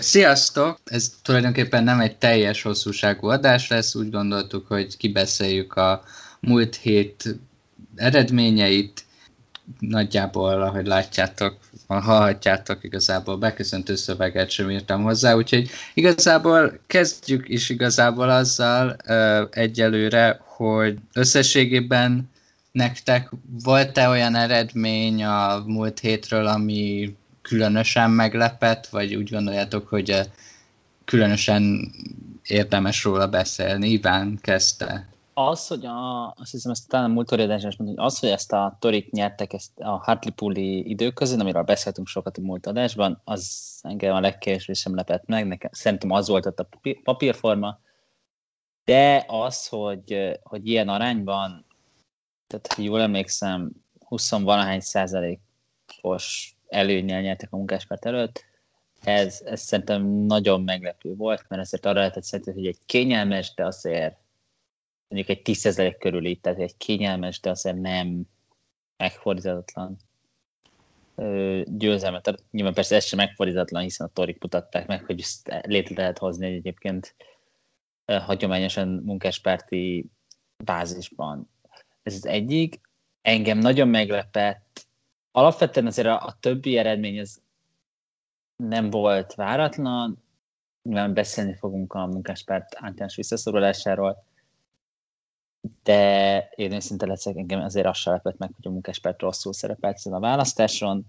Sziasztok! Ez tulajdonképpen nem egy teljes hosszúságú adás lesz, úgy gondoltuk, hogy kibeszéljük a múlt hét eredményeit. Nagyjából, ahogy látjátok, hallhatjátok, igazából beköszöntő szöveget sem írtam hozzá, úgyhogy igazából kezdjük is igazából azzal egyelőre, hogy összességében nektek volt-e olyan eredmény a múlt hétről, ami különösen meglepett, vagy úgy gondoljátok, hogy különösen érdemes róla beszélni? Iván kezdte. Az, hogy azt hiszem, ezt talán a múlt adásban mondtam, hogy az, hogy ezt a Torik nyertek ezt a Hartlepooli időközön, amiről beszéltünk sokat a múlt adásban, az engem a legkevésbé sem lepett meg. Nekem, szerintem az volt ott a papírforma, de az, hogy ilyen arányban, tehát jól emlékszem, 20-valahány százalékos előnnyel nyertek a munkáspárt előtt, ez szerintem nagyon meglepő volt, mert ezért arra lehetett szerintem, hogy egy kényelmes, de azért mondjuk egy 10% körül, tehát egy kényelmes, de azért nem megfordítatlan győzelmet. Tehát nyilván persze ez sem megfordítatlan, hiszen a Torik mutatták meg, hogy ezt létre lehet hozni egy egyébként hagyományosan munkáspárti bázisban. Ez az egyik. Engem nagyon meglepett. Alapvetően azért a többi eredmény az nem volt váratlan. Nyilván beszélni fogunk a munkáspárt általános visszaszorulásáról, de én őszinte leszek, engem azért azt sem lepett meg, hogy a munkáspárt rosszul szerepelt ezen a választáson.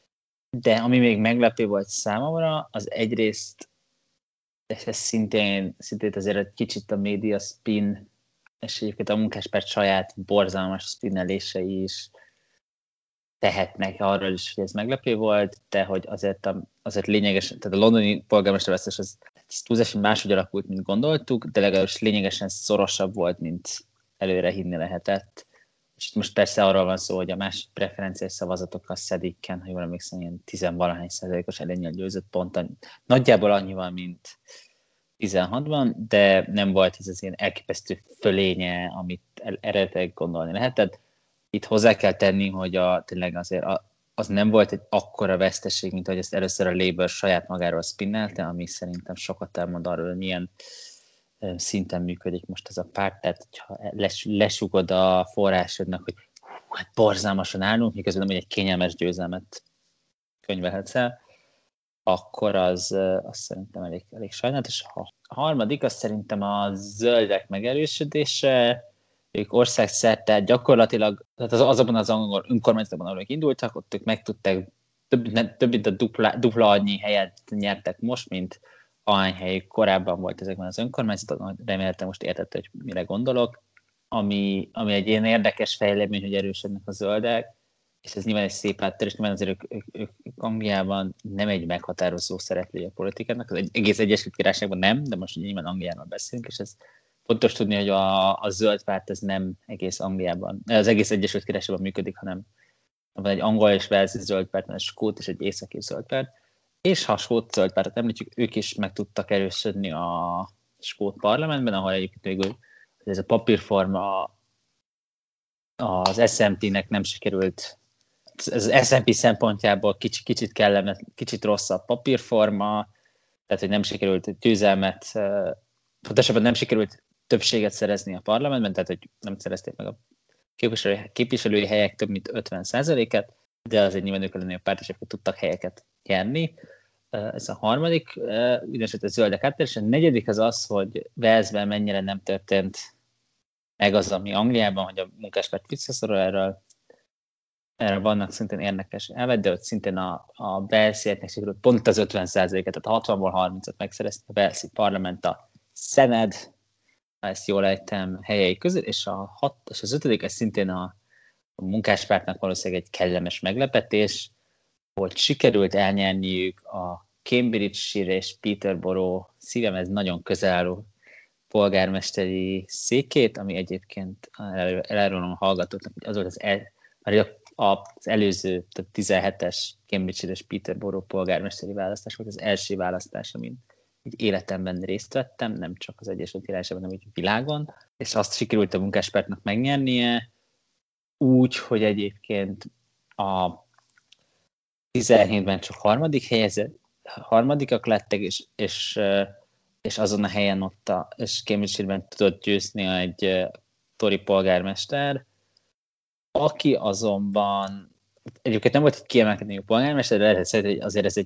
De ami még meglepő volt számomra, az egyrészt, ez szintén azért egy kicsit a média spin, és egyébként a munkáspárt saját borzalmas spinnelései is tehetnek arról is, hogy ez meglepő volt, de hogy azért lényegesen, tehát a londoni polgármesterválasztás az túlzáson máshogy alakult, mint gondoltuk, de legalábbis lényegesen szorosabb volt, mint előre hinni lehetett. És most persze arról van szó, hogy a másik preferenciás szavazatokkal Szedikken, ha jól emlékszem, ilyen 10-valahány százalékos előnnyel győzött ponton. Nagyjából annyival, mint 16-ban, de nem volt ez az ilyen elképesztő fölénye, amit eredetileg gondolni lehetett. Itt hozzá kell tenni, hogy tényleg azért az nem volt egy akkora veszteség, mint hogy ezt először a Labour saját magáról spinnelte, ami szerintem sokat elmond arról, hogy milyen szinten működik most ez a párt, tehát ha lesugod a forrásodnak, hogy hát borzalmasan állunk, miközben nem, hogy egy kényelmes győzelmet könyvelhetsz el, akkor az szerintem elég sajnálatos. A harmadik, az szerintem a zöldek megerősödése, ők országszerte gyakorlatilag, tehát azokban az angol önkormányzatban, ahol ők indultak, ott ők megtudták, több mint a dupla annyi helyet nyertek most, mint ahány helyük korábban volt ezekben az önkormányzatokon. Reméltem most értette, hogy mire gondolok. Ami egy ilyen érdekes fejlemény, hogy erősödnek a zöldek, és ez nyilván egy szép háttér, és nyilván azért ők Angliában nem egy meghatározó szereplője a politikának, az egész Egyesült Királyságban nem, de most nyilván Angliáról beszélünk, és ez fontos tudni, hogy a zöld párt ez nem egész Angliában, az egész Egyesült Királyságban működik, hanem van egy angol és walesi zöld párt, van egy skót és egy északi zöld párt, és ha a skót zöld pártot említjük, ők is meg tudtak erősödni a skót parlamentben, ahol egyébként végül ez a papírforma az SNP-nek nem sikerült, az SNP szempontjából kicsit rosszabb papírforma, tehát hogy nem sikerült győzelmet, pontosabban nem sikerült többséget szerezni a parlamentben, tehát hogy nem szerezték meg a képviselői helyek több mint 50%-et, de azért nyilván ők a pártosok tudtak helyeket nyerni. Ez a harmadik, ügyesült a zöldek áttér, és a negyedik az, hogy Walesben mennyire nem történt meg az, ami Angliában, hogy a munkáspárt visszaszorul erről vannak szintén érdekes elved, de ott szintén a Walesieknek sikerült pont az 50%-et, tehát 60-ból 30-at megszerezni a Walesi parlament, a Senedd, ha ezt jól ejtem, helyei között, és az ötödik, ez szintén a munkáspártnak valószínűleg egy kellemes meglepetés, hogy sikerült elnyerniük a Cambridgeshire és Peterborough szívemhez nagyon közel álló polgármesteri székét, ami egyébként elárulom a hallgatóknak, hogy az volt az előző, tehát 17-es Cambridgeshire és Peterborough polgármesteri választás volt az első választás, amin így életemben részt vettem, nem csak az Egyesült Királyságban, hanem így világon, és azt sikerült a munkáspártnak megnyernie, úgy, hogy egyébként a 17-ben csak harmadik helyezett, harmadikak lettek, és azon a helyen ott és Cambridge-ben tudott győzni egy Tory polgármester, aki azonban egyébként nem volt egy kiemelkedő polgármester, de lehet szerint, hogy azért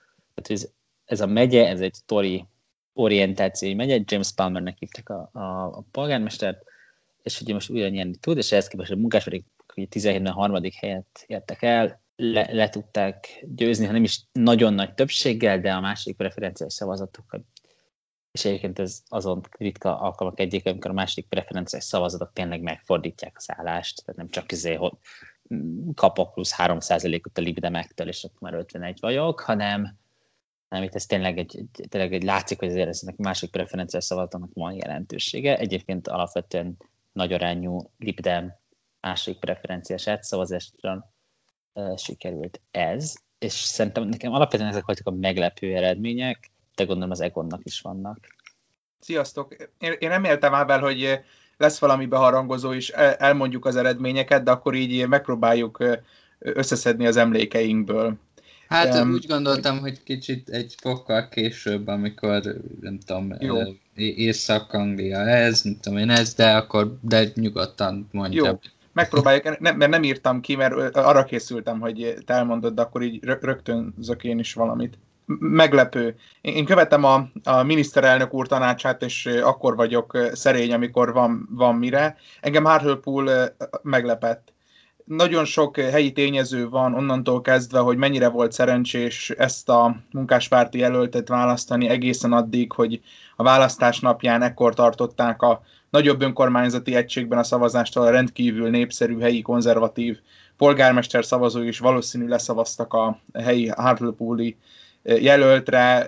ez a megye, ez egy Tory orientációi megye, James Palmernek hívták a polgármestert, és ugye most újra nyerni tud, és ehhez képest a munkások 17-ben harmadik helyet értek el, le tudták győzni, ha nem is nagyon nagy többséggel, de a második preferenciális szavazatokkal. És egyébként ez azon ritka alkalmak egyik, amikor a második preferenciális szavazatok tényleg megfordítják az állást, tehát nem csak hogy kapok plusz 3%-ot a libdemektől, és akkor már 51 vagyok, hanem itt ez tényleg egy látszik, hogy azért eznek a második preferenciális szavazatoknak van jelentősége. Egyébként alapvetően nagy arányú libdem második preferenciás átszavazásra sikerült ez, és szerintem nekem alapvetően ezek voltak a meglepő eredmények, de gondolom az Egonnak is vannak. Sziasztok! Én reméltem, Ábel, hogy lesz valami beharangozó, és elmondjuk az eredményeket, de akkor így megpróbáljuk összeszedni az emlékeinkből. Hát úgy gondoltam, hogy kicsit egy fokkal később, amikor, nem tudom, Észak-Anglia ez, nem tudom én ez, de nyugodtan mondjam. Jó, megpróbáljuk, mert nem írtam ki, mert arra készültem, hogy te elmondod, de akkor így rögtönzök én is valamit. Meglepő. Én követem a miniszterelnök úr tanácsát, és akkor vagyok szerény, amikor van mire. Engem Hartlepool meglepett. Nagyon sok helyi tényező van onnantól kezdve, hogy mennyire volt szerencsés ezt a munkáspárti jelöltet választani egészen addig, hogy a választás napján ekkor tartották a nagyobb önkormányzati egységben a szavazástól a rendkívül népszerű helyi konzervatív polgármester szavazói is valószínű leszavaztak a helyi Hartlepooli jelöltre,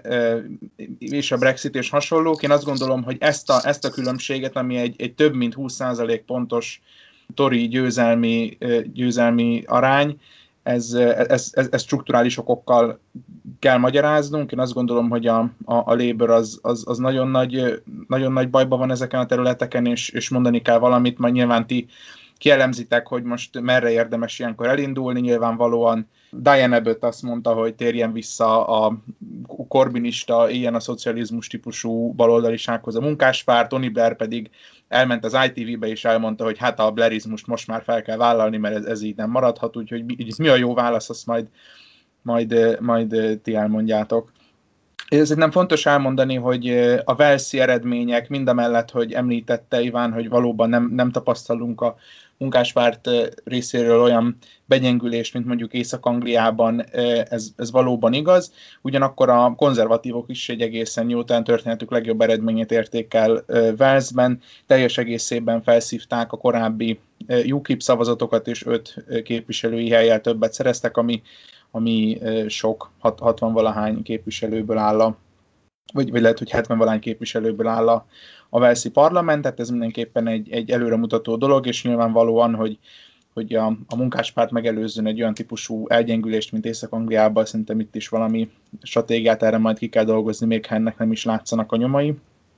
és a Brexit és hasonlók. Én azt gondolom, hogy ezt a különbséget, ami egy több mint 20% pontos Tory győzelmi arány, ez strukturális okokkal kell magyaráznunk. Én azt gondolom, hogy a Labour az nagyon nagy bajban van ezeken a területeken, és mondani kell valamit, majd nyilván ti kielemzitek, hogy most merre érdemes ilyenkor elindulni. Nyilvánvalóan Diane Abbott azt mondta, hogy térjen vissza a korbinista, ilyen a szocializmus típusú baloldalisághoz a munkáspárt, Tony Blair pedig elment az ITV-be és elmondta, hogy hát a blairizmust most már fel kell vállalni, mert ez így nem maradhat, úgyhogy mi a jó válasz, azt majd ti elmondjátok. Ezért nem fontos elmondani, hogy a walesi eredmények mindamellett, hogy említette Iván, hogy valóban nem tapasztalunk a munkáspárt részéről olyan begyengülést, mint mondjuk Észak-Angliában, ez valóban igaz. Ugyanakkor a konzervatívok is egy egészen jó, talán történetük legjobb eredményét érték el Walesben. Teljes egészében felszívták a korábbi UKIP szavazatokat, és 5 képviselői hellyel többet szereztek, ami sok 60-valahány képviselőből áll vagy lehet, hogy 70-valahány képviselőből áll a walesi parlament, tehát ez mindenképpen egy előremutató dolog, és nyilvánvalóan, hogy a munkáspárt megelőzzön egy olyan típusú elgyengülést, mint Észak-Angliában, szerintem itt is valami stratégiát erre majd ki kell dolgozni, még ha ennek nem is látszanak a nyomai.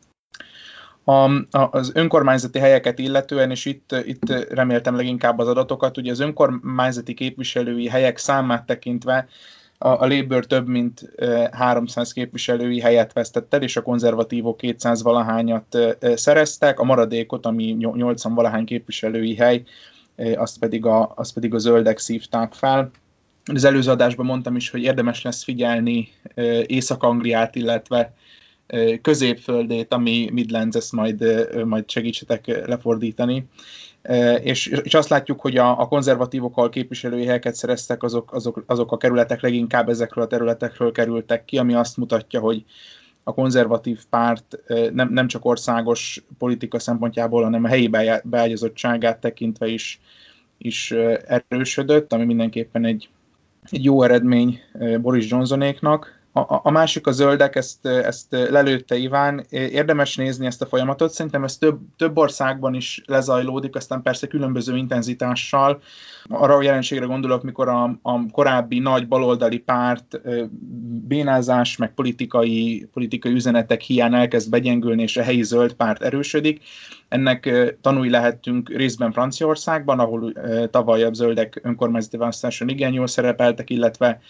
Az önkormányzati helyeket illetően, és itt reméltem leginkább az adatokat, ugye az önkormányzati képviselői helyek számát tekintve a Labour több mint 300 képviselői helyet vesztett el, és a konzervatívok 200-valahányat szereztek, a maradékot, ami 80-valahány képviselői hely, azt pedig a zöldek szívták fel. Az előző adásban mondtam is, hogy érdemes lesz figyelni Észak-Angliát, illetve Középföldét, ami Midlands, ezt majd segítsetek lefordítani. És azt látjuk, hogy a konzervatívok, ahol képviselői helyeket szereztek, azok a kerületek leginkább ezekről a területekről kerültek ki, ami azt mutatja, hogy a konzervatív párt nem csak országos politika szempontjából, hanem a helyi beágyazottságát tekintve is erősödött, ami mindenképpen egy jó eredmény Boris Johnsonéknak. A másik a zöldek, ezt lelőtte Iván. Érdemes nézni ezt a folyamatot, szerintem ez több országban is lezajlódik, aztán persze különböző intenzitással. Arra a jelenségre gondolok, mikor a korábbi nagy baloldali párt bénázás, meg politikai üzenetek hiány elkezd begyengülni, és a helyi zöld párt erősödik. Ennek tanúi lehettünk részben Franciaországban, ahol tavaly a zöldek önkormányzati választáson igen jól szerepeltek, illetve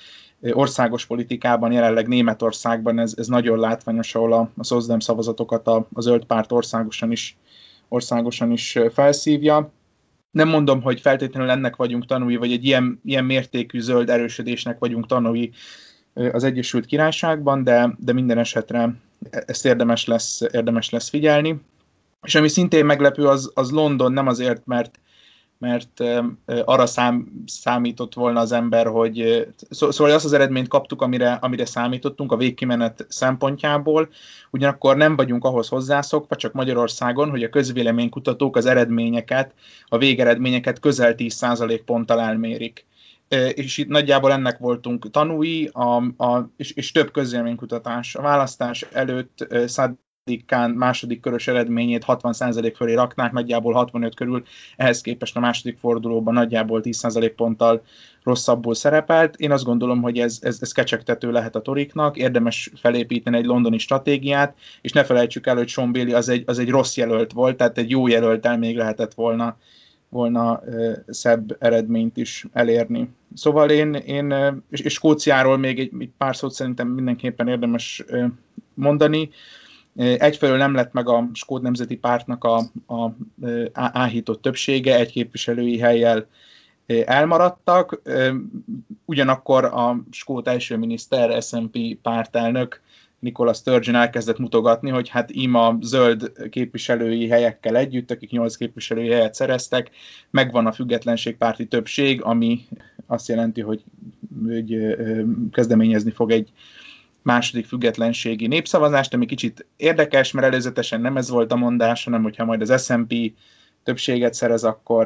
országos politikában, jelenleg Németországban ez nagyon látványos, ahol a SOSDEM szavazatokat a zöld párt országosan is felszívja. Nem mondom, hogy feltétlenül ennek vagyunk tanúi, vagy egy ilyen mértékű zöld erősödésnek vagyunk tanúi az Egyesült Királyságban, de minden esetre ezt érdemes lesz figyelni. És ami szintén meglepő, az London, nem azért, mert arra számított volna az ember, hogy szóval azt az eredményt kaptuk, amire számítottunk a végkimenet szempontjából, ugyanakkor nem vagyunk ahhoz hozzászokva, csak Magyarországon, hogy a közvéleménykutatók az eredményeket, a végeredményeket közel 10% ponttal elmérik. És itt nagyjából ennek voltunk tanúi, és több közvéleménykutatás. A választás előtt Sadiq Khan második körös eredményét 60% fölé raknák, nagyjából 65 körül, ehhez képest a második fordulóban nagyjából 10% ponttal rosszabbul szerepelt. Én azt gondolom, hogy ez kecsegtető lehet a toriknak, érdemes felépíteni egy londoni stratégiát, és ne felejtsük el, hogy Sean Bailey az egy rossz jelölt volt, tehát egy jó jelölttel még lehetett volna szebb eredményt is elérni. Szóval én és Skóciáról még egy pár szót szerintem mindenképpen érdemes mondani. Egyfelől nem lett meg a Skót Nemzeti Pártnak a áhított többsége, egy képviselői hellyel elmaradtak, ugyanakkor a skót első miniszter, SNP pártelnök Nicola Sturgeon elkezdett mutogatni, hogy hát a zöld képviselői helyekkel együtt, akik 8 képviselői helyet szereztek, megvan a függetlenségpárti többség, ami azt jelenti, hogy kezdeményezni fog egy második függetlenségi népszavazást, ami kicsit érdekes, mert előzetesen nem ez volt a mondás, hanem hogyha majd az SNP többséget szerez,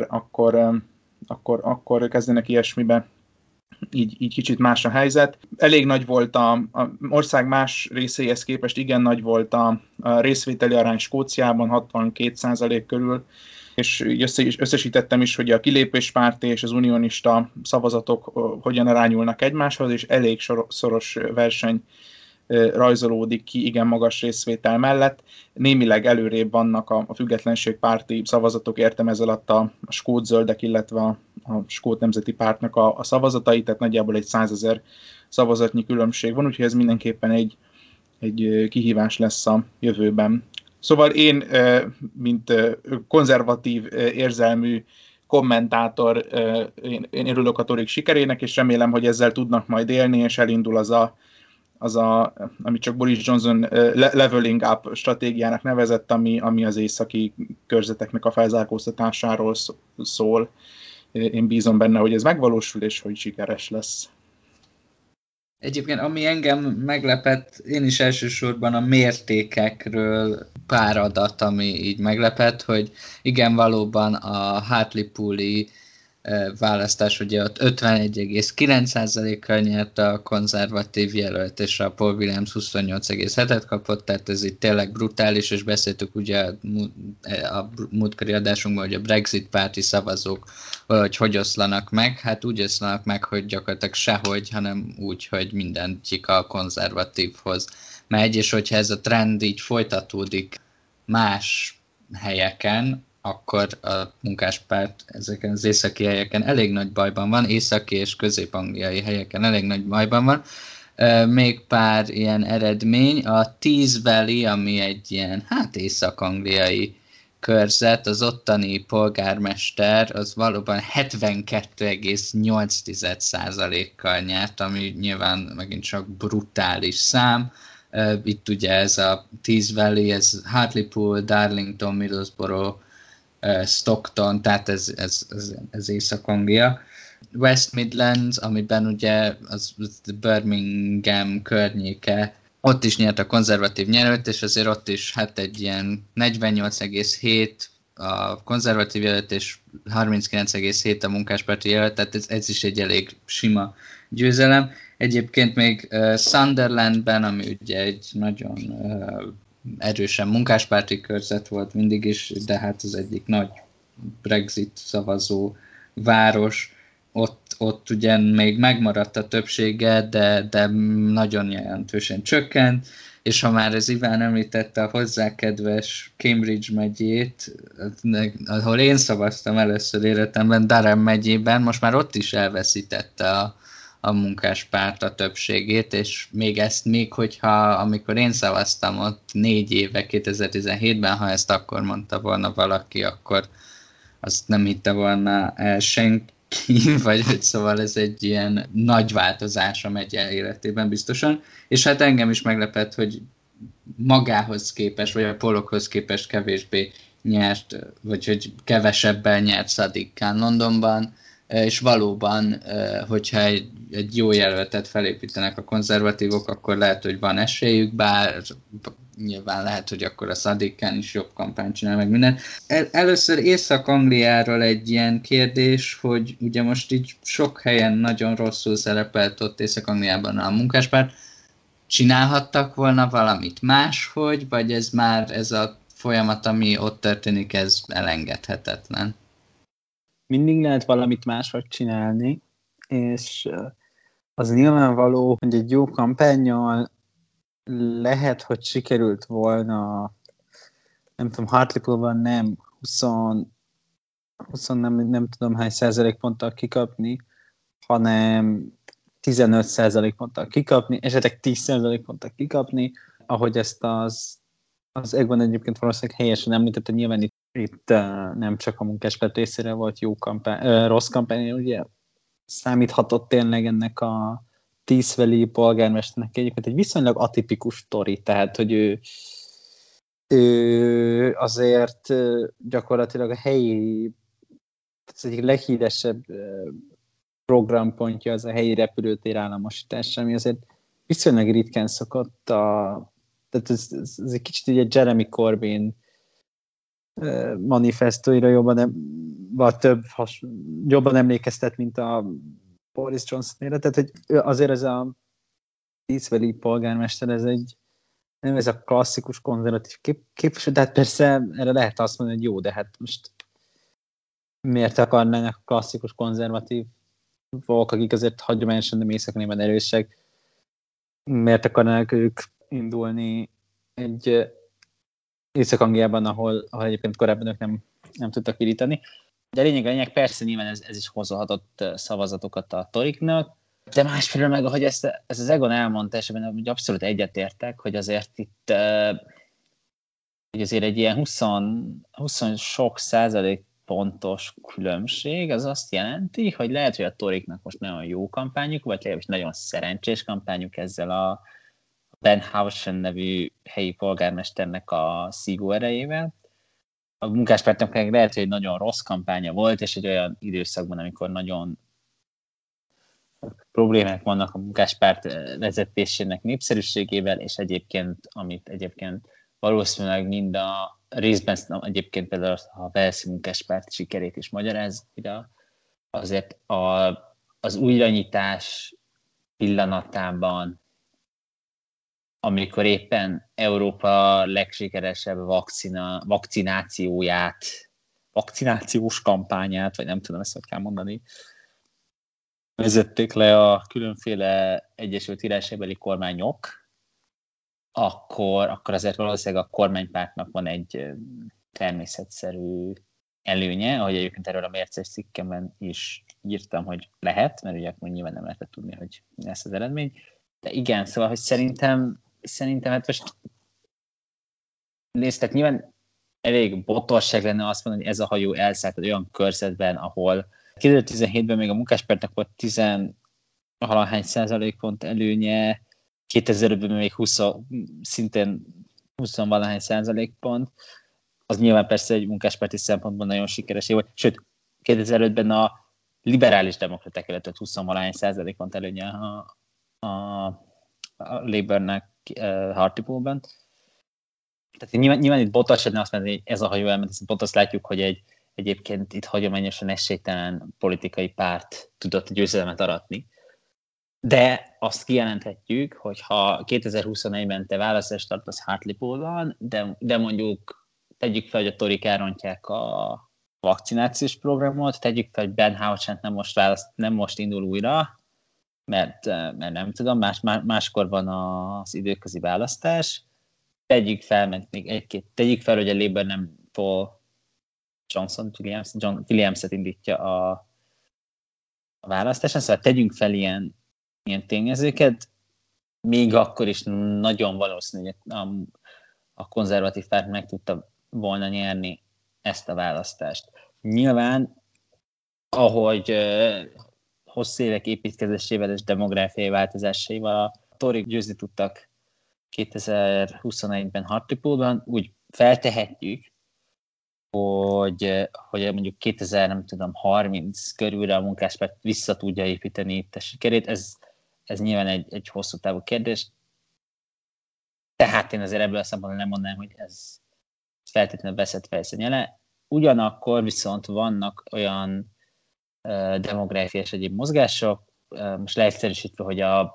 akkor kezdenek ilyesmibe. Így kicsit más a helyzet. Elég nagy volt a ország más részéhez képest, igen nagy volt a részvételi arány Skóciában, 62% körül, és összesítettem is, hogy a kilépéspárti és az unionista szavazatok hogyan arányulnak egymáshoz, és elég szoros verseny rajzolódik ki igen magas részvétel mellett. Némileg előrébb vannak a függetlenségpárti szavazatok, értem ez alatt a skót zöldek, illetve a Skót Nemzeti Pártnak a szavazatai, tehát nagyjából egy 100 000 szavazatnyi különbség van, úgyhogy ez mindenképpen egy kihívás lesz a jövőben. Szóval én, mint konzervatív érzelmű kommentátor, én örülök a torik sikerének, és remélem, hogy ezzel tudnak majd élni, és elindul az amit csak Boris Johnson leveling up stratégiának nevezett, ami az északi körzeteknek a felzárkóztatásáról szól. Én bízom benne, hogy ez megvalósul, és hogy sikeres lesz. Egyébként, ami engem meglepett, én is elsősorban a mértékekről pár adat, ami így meglepett, hogy igen, valóban a Hartlepooli választás, ugye ott 51,9%-kal nyert a konzervatív jelölt, és a Paul Williams 28,7-et kapott, tehát ez itt tényleg brutális, és beszéltük ugye a múltkori adásunkban, hogy a Brexit párti szavazók hogy oszlanak meg, hát úgy oszlanak meg, hogy gyakorlatilag sehogy, hanem úgy, hogy mindenki a konzervatívhoz megy, és hogyha ez a trend így folytatódik más helyeken, akkor a munkáspárt ezeken az északi helyeken elég nagy bajban van, északi és közép-angliai helyeken elég nagy bajban van. Még pár ilyen eredmény, a Tees Valley, ami egy ilyen, észak-angliai körzet, az ottani polgármester, az valóban 72,8%-kal nyert, ami nyilván megint csak brutális szám. Itt ugye ez a Tees Valley, ez Hartlepool, Darlington, Middlesbrough, Stockton, tehát ez Észak-Anglia. West Midlands, amiben ugye az Birmingham környéke, ott is nyert a konzervatív jelölt, és azért ott is egy ilyen 48,7 a konzervatív jelölt, és 39,7 a munkáspárti jelölt, tehát ez is egy elég sima győzelem. Egyébként még Sunderlandben, ami ugye egy nagyon erősen munkáspárti körzet volt mindig is, de hát az egyik nagy Brexit szavazó város, ott ugye még megmaradt a többsége, de nagyon jelentősen csökkent, és ha már az Iván említette a hozzá kedves Cambridge megyét, ahol én szavaztam először életemben, Durham megyében, most már ott is elveszítette a munkáspárt a többségét, és még hogyha amikor én szavaztam ott 4 éve 2017-ben, ha ezt akkor mondta volna valaki, akkor azt nem hitte volna el senki, vagy hogy szóval ez egy ilyen nagy változás a megye életében biztosan, és hát engem is meglepett, hogy magához képest, vagy a Pollockhoz képest kevésbé nyert, vagy hogy kevesebben nyert Sadiq Khan Londonban, és valóban, hogyha egy jó jelöltet felépítenek a konzervatívok, akkor lehet, hogy van esélyük, bár nyilván lehet, hogy akkor a Sadiq Khan is jobb kampányt csinál, meg minden. Először Észak-Angliáról egy ilyen kérdés, hogy ugye most így sok helyen nagyon rosszul szerepelt ott Észak-Angliában a munkáspárt. Csinálhattak volna valamit máshogy, vagy ez a folyamat, ami ott történik, ez elengedhetetlen? Mindig lehet valamit máshogy csinálni, és az nyilvánvaló, hogy egy jó kampánnyal lehet, hogy sikerült volna, nem tudom, Hartlepoolban nem 20 nem tudom hány százalékponttal kikapni, hanem 15%-ponttal kikapni, esetleg 10%-ponttal kikapni, ahogy ezt az Egon egyébként valószínűleg helyesen említette, nyilván itt nem csak a munkáspárt részére volt rossz kampány, ugye számíthatott tényleg ennek a Teesveli polgármesternek egyébként egy viszonylag atipikus sztori, tehát hogy ő azért gyakorlatilag a helyi, az egyik leghíresebb programpontja az a helyi repülőtér államosítás, ami azért viszonylag ritkán szokott tehát ez egy kicsit ugye Jeremy Corbyn manifestóira jobban emlékeztet, mint a Boris Johnson-ére, tehát hogy azért ez a Teesveli polgármester, ez a klasszikus konzervatív képviselő, tehát persze erre lehet azt mondani, hogy jó, de hát most miért akarnának a klasszikus konzervatív volk, akik azért hagyományosan nem Észak-Angliában erősek, miért akarnának ők indulni egy Észak-Angliában, ahol egyébként korábban ők nem tudtak virítani. De lényeg, persze nyilván ez is hozhatott szavazatokat a Toriknak, de másfelől meg, ahogy ezt az Egon elmondta, és ebben abszolút egyetértek, hogy azért itt hogy azért egy ilyen 20 sok százalék pontos különbség, az azt jelenti, hogy lehet, hogy a Toriknak most nagyon jó kampányuk, vagy legalábbis nagyon szerencsés kampányuk ezzel a Ben Housen nevű helyi polgármesternek a szívó erejével. A munkáspártnak lehet, hogy egy nagyon rossz kampánya volt, és egy olyan időszakban, amikor nagyon problémák vannak a munkáspárt vezetésének népszerűségével, és amit egyébként valószínűleg mind a részben egyébként például a Walesi munkáspárt sikerét is magyarázza, azért az újranyitás pillanatában, amikor éppen Európa legsikeresebb vakcinációs kampányát, vagy nem tudom ezt, hogy kell mondani, vezették le a különféle Egyesült Királyságbeli kormányok, akkor azért valószínűleg a kormánypártnak van egy természetszerű előnye, ahogy egyébként erről a Mérces cikkemben is írtam, hogy lehet, mert ugye akkor nyilván nem lehetett tudni, hogy mi lesz az eredmény. De igen, szóval, hogy szerintem hát most néztek, nyilván elég botorság lenne azt mondani, hogy ez a hajó elszállt olyan körzetben, ahol 2017-ben még a munkáspártnak volt 10-valahány százalékpont előnye, 2005-ben még szintén 20-valahány százalékpont, az nyilván persze egy munkáspárti szempontból nagyon sikeres volt, sőt, 2005-ben a liberális demokraták előtt 20-valahány százalékpont előnye a Labournek Hartlepoolban. Tehát nyilván itt botos lenne azt mondani, hogy ez a hajó elment, hiszen pont azt látjuk, hogy egyébként itt hagyományosan esélytelen politikai párt tudott győzelmet aratni. De azt kijelenthetjük, hogy ha 2021-ben te választást tartasz Hartlepoolban, de mondjuk tegyük fel, hogy a Torik elrontják a vakcinációs programot, tegyük fel, hogy Ben Housen nem most indul újra, mert nem tudom, máskor van az időközi választás. Tegyük fel, hogy a Labour nem Paul Williams-et indítja a választáson, szóval tegyünk fel ilyen ilyen tényezőket, még akkor is nagyon valószínű, hogy a konzervatív párt meg tudta volna nyerni ezt a választást. Nyilván, ahogy hosszú évek építkezésével és demográfiai változásaival a Toryk győzni tudtak 2021-ben Hartlepoolban, úgy feltehetjük, hogy mondjuk 2030 körülre a munkáspárt vissza tudja építeni itt a sikerét. Ez nyilván egy hosszú távú kérdés. Tehát én azért ebből a szempontból nem mondanám, hogy ez feltétlenül veszett fejszennyele. Ugyanakkor viszont vannak olyan demográfiai és egyéb mozgások, most leegyszerűsítve, hogy a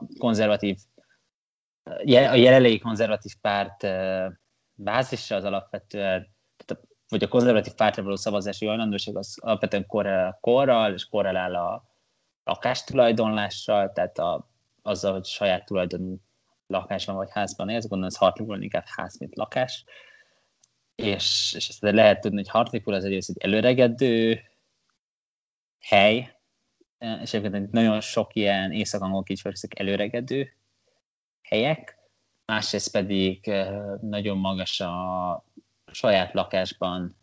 jelenlegi konzervatív párt bázisa az alapvetően, vagy a konzervatív pártra való szavazási hajlandóság az alapvetően korrel és korrelál a lakástulajdonlással, tehát azzal, hogy saját tulajdonú lakásban vagy házban élsz, gondolom ez Hartlepool inkább ház, mint lakás. És ezt lehet tudni, hogy Hartlepool az egyrészt egy előregedő hely, és egyébként nagyon sok ilyen észak-angol kicsőrszök előregedő helyek, másrészt pedig nagyon magas a saját lakásban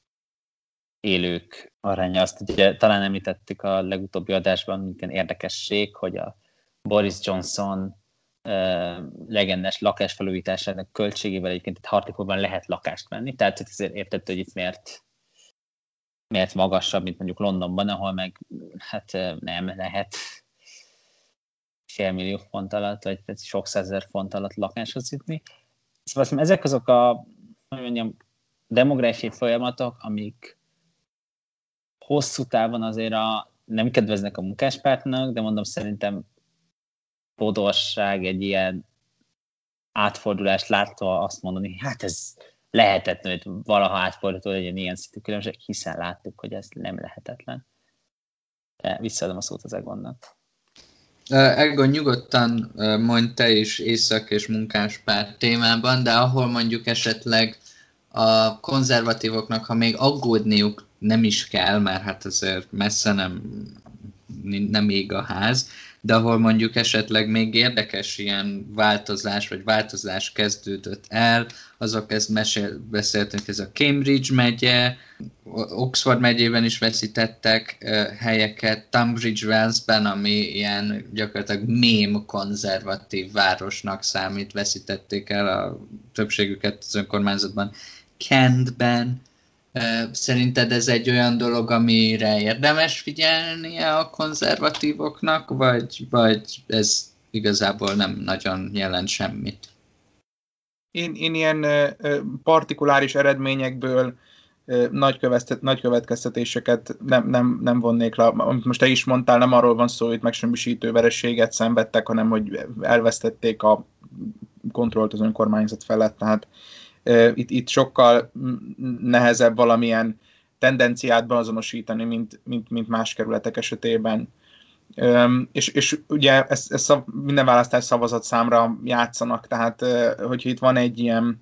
élők aránya. Azt ugye talán említettük a legutóbbi adásban, mint ilyen érdekesség, hogy a Boris Johnson legendás lakásfelújításának költségével egyébként itt Hartlepoolban lehet lakást venni, tehát ezért értett, hogy itt miért magasabb, mint mondjuk Londonban, ahol meg hát nem lehet $500 millió font alatt, vagy sok százezer font alatt lakáshoz jutni. Szóval ezek azok a demográfiai folyamatok, amik hosszú távon azért nem kedveznek a munkáspártnak, de mondom, szerintem bodorság egy ilyen átfordulást látva azt mondani, hát ez lehetetlen, hogy valaha átfordító legyen ilyen szintű különbség, hiszen láttuk, hogy ez nem lehetetlen. De visszaadom a szót az Egonnak. Egon, nyugodtan mondj te is észak- és munkáspárt témában, de ahol mondjuk esetleg a konzervatívoknak, ha még aggódniuk nem is kell, mert hát azért messze nem ég a ház, de ahol mondjuk esetleg még érdekes ilyen változás, vagy változás kezdődött el, azok beszéltünk, ez a Cambridge megye, Oxford megyében is veszítettek helyeket, Tunbridge Wells-ben, ami ilyen gyakorlatilag mém konzervatív városnak számít, veszítették el a többségüket az önkormányzatban, Kentben. Szerinted ez egy olyan dolog, amire érdemes figyelnie a konzervatívoknak, vagy ez igazából nem nagyon jelent semmit? Én ilyen partikuláris eredményekből nagy következtetéseket nem vonnék le. Amit most te is mondtál, nem arról van szó, hogy megsemmisítő vereséget szenvedtek, hanem hogy elvesztették a kontrollt az önkormányzat felett. Tehát itt sokkal nehezebb valamilyen tendenciát beazonosítani, mint más kerületek esetében. És ugye ezt minden választás szavazatszámra játszanak, tehát hogyha itt van egy ilyen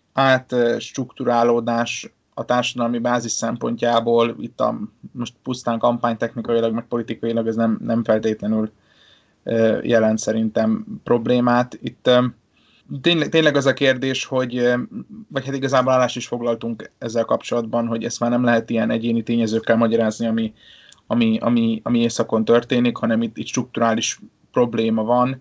átstruktúrálódás a társadalmi bázis szempontjából, itt most pusztán kampánytechnikailag, meg politikailag ez nem feltétlenül jelent szerintem problémát. Itt tényleg az a kérdés, hogy, vagy hát igazából állást is foglaltunk ezzel kapcsolatban, hogy ezt már nem lehet ilyen egyéni tényezőkkel magyarázni, ami északon történik, hanem itt strukturális probléma van,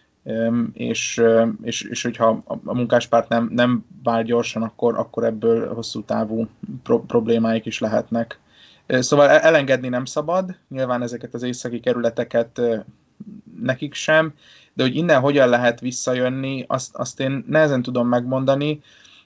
és hogyha a munkáspárt nem vál gyorsan, akkor ebből hosszú távú problémáik is lehetnek. Szóval elengedni nem szabad, nyilván ezeket az északi kerületeket nekik sem, de hogy innen hogyan lehet visszajönni, azt én nehezen tudom megmondani.